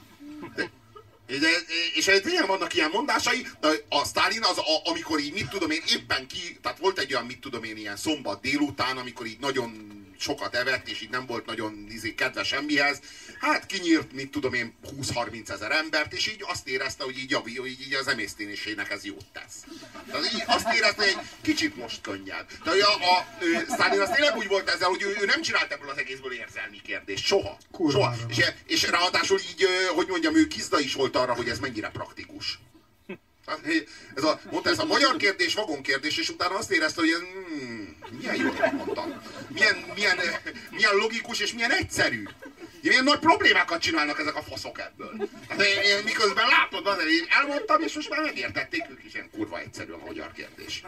És tényleg vannak ilyen mondásai, a Sztálin az, amikor így, mit tudom én, éppen tehát volt egy olyan, mit tudom én, ilyen szombat délután, amikor így nagyon sokat evett, és így nem volt nagyon kedve semmihez, hát kinyírt, mit tudom én, 20-30 ezer embert, és így azt érezte, hogy így az emésztésének ez jót tesz. Tehát így azt érezte, hogy egy kicsit most könnyed. De a Sztálin az tényleg úgy volt ezzel, hogy ő nem csinált ebből az egészből érzelmi kérdést. Soha. Soha. És ráadásul így, hogy mondjam, ő gizda is volt arra, hogy ez mennyire praktikus. Mondta, ez a magyar kérdés, vagon kérdés, és utána azt érezte, hogy milyen jól mondtam. Milyen logikus és milyen egyszerű. Milyen nagy problémákat csinálnak ezek a faszok ebből. Én miközben látod, én elmondtam, és most már megértették ők is, ilyen kurva egyszerű a magyar kérdés.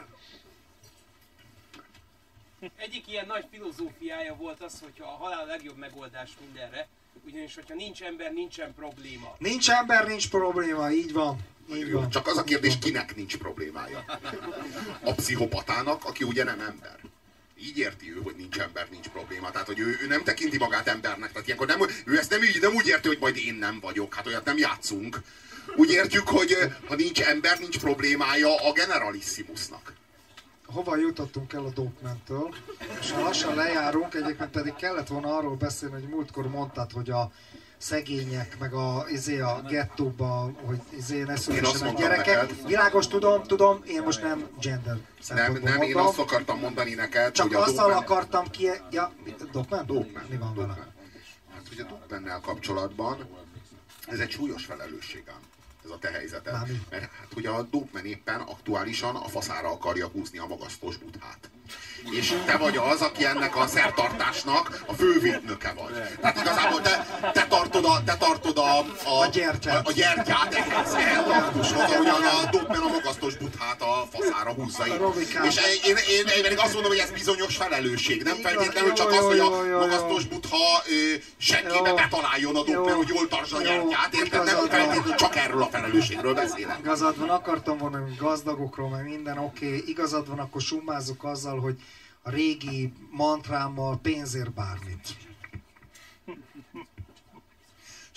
Egyik ilyen nagy filozófiája volt az, hogy a halál a legjobb megoldás mindenre, ugyanis hogyha nincs ember, nincsen probléma. Nincs ember, nincs probléma, így van. Így van. Csak az a kérdés, kinek nincs problémája. A pszichopatának, aki ugye nem ember. Így érti ő, hogy nincs ember, nincs probléma. Tehát, hogy ő nem tekinti magát embernek. Tehát ilyenkor ő ezt nem úgy érti, hogy majd én nem vagyok. Hát olyat nem játszunk. Úgy értjük, hogy ha nincs ember, nincs problémája a generalissimusnak. Hova jutottunk el a Dopeman-től? És ha lassan lejárunk, egyébként pedig kellett volna arról beszélni, hogy múltkor mondtad, hogy a szegények, meg a gettóba, hogy ne szülessenek gyerekek. Neked. Világos, tudom, én most nem gender szempontból Nem, én azt akartam mondani neked, csak hogy azzal Dopeman... akartam ki... Ja, Dopeman? Mi van vele? Hát ugye Dopemannel kapcsolatban ez egy súlyos felelősség ám. Ez a te helyzeted. Mert hát ugye a Dopeman éppen aktuálisan a faszára akarja húzni a magasztos buthát. És te vagy az, aki ennek a szertartásnak a fővédnöke vagy. Tehát igazából te tartod a gyertyát ehhez a aktushoz, ahogyan a Dopeman a magasztos buthát a faszára húzza. És én pedig azt mondom, hogy ez bizonyos felelősség. Nem feltétlenül csak az, hogy a magasztos butha segébe betaláljon a Dopeman, hogy jól tartsa a gyertyát. Érted? Nem feltétlenül csak erről a felelősségről beszélek. Igazad van, akartam volna gazdagokról, meg minden oké. Igazad van, akkor summázok azzal, hogy a régi mantrámmal pénzért bármit.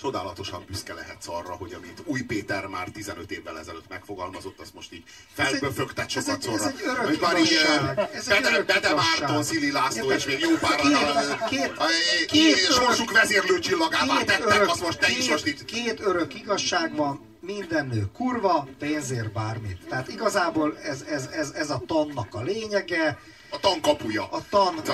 csodálatosan büszke lehetsz arra, hogy amit Új Péter már 15 évvel ezelőtt megfogalmazott, azt most így felböfögtet sokat szorra. Ez egy örök igazság. Bede Márton, Szili László és még jó pár sorsuk vezérlő csillagává tettek, azt most te is most itt. Két örök igazság van, minden nő kurva, pénzért bármit. Tehát igazából ez a tannak a lényege. A tankapuja. A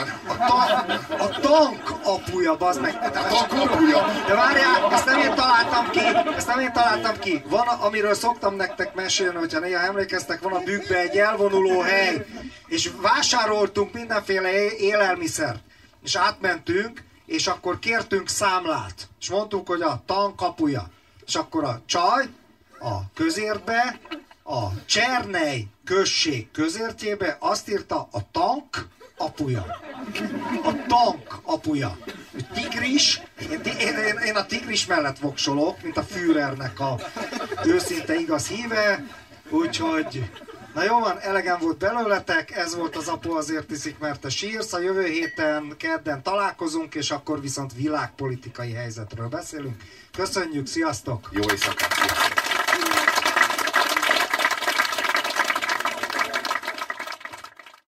tank apuja, bazd meg. A tank apuja. De várjál, ezt nem én találtam ki. Van, amiről szoktam nektek mesélni, hogyha néha emlékeztek, van a bükkbe egy elvonuló hely, és vásároltunk mindenféle élelmiszert, és átmentünk, és akkor kértünk számlát, és mondtuk, hogy a tank apuja. És akkor a csaj a közértbe, a Csernej község közértjébe azt írta, a tank apuja. A tank apuja. Tigris, én a tigris mellett voksolok, mint a Führernek a őszinte igaz híve, úgyhogy na jó van, elegem volt belőletek, ez volt az Apu azért iszik, mert te sírsz. A jövő héten kedden találkozunk, és akkor viszont világpolitikai helyzetről beszélünk. Köszönjük, sziasztok! Jó éjszakát!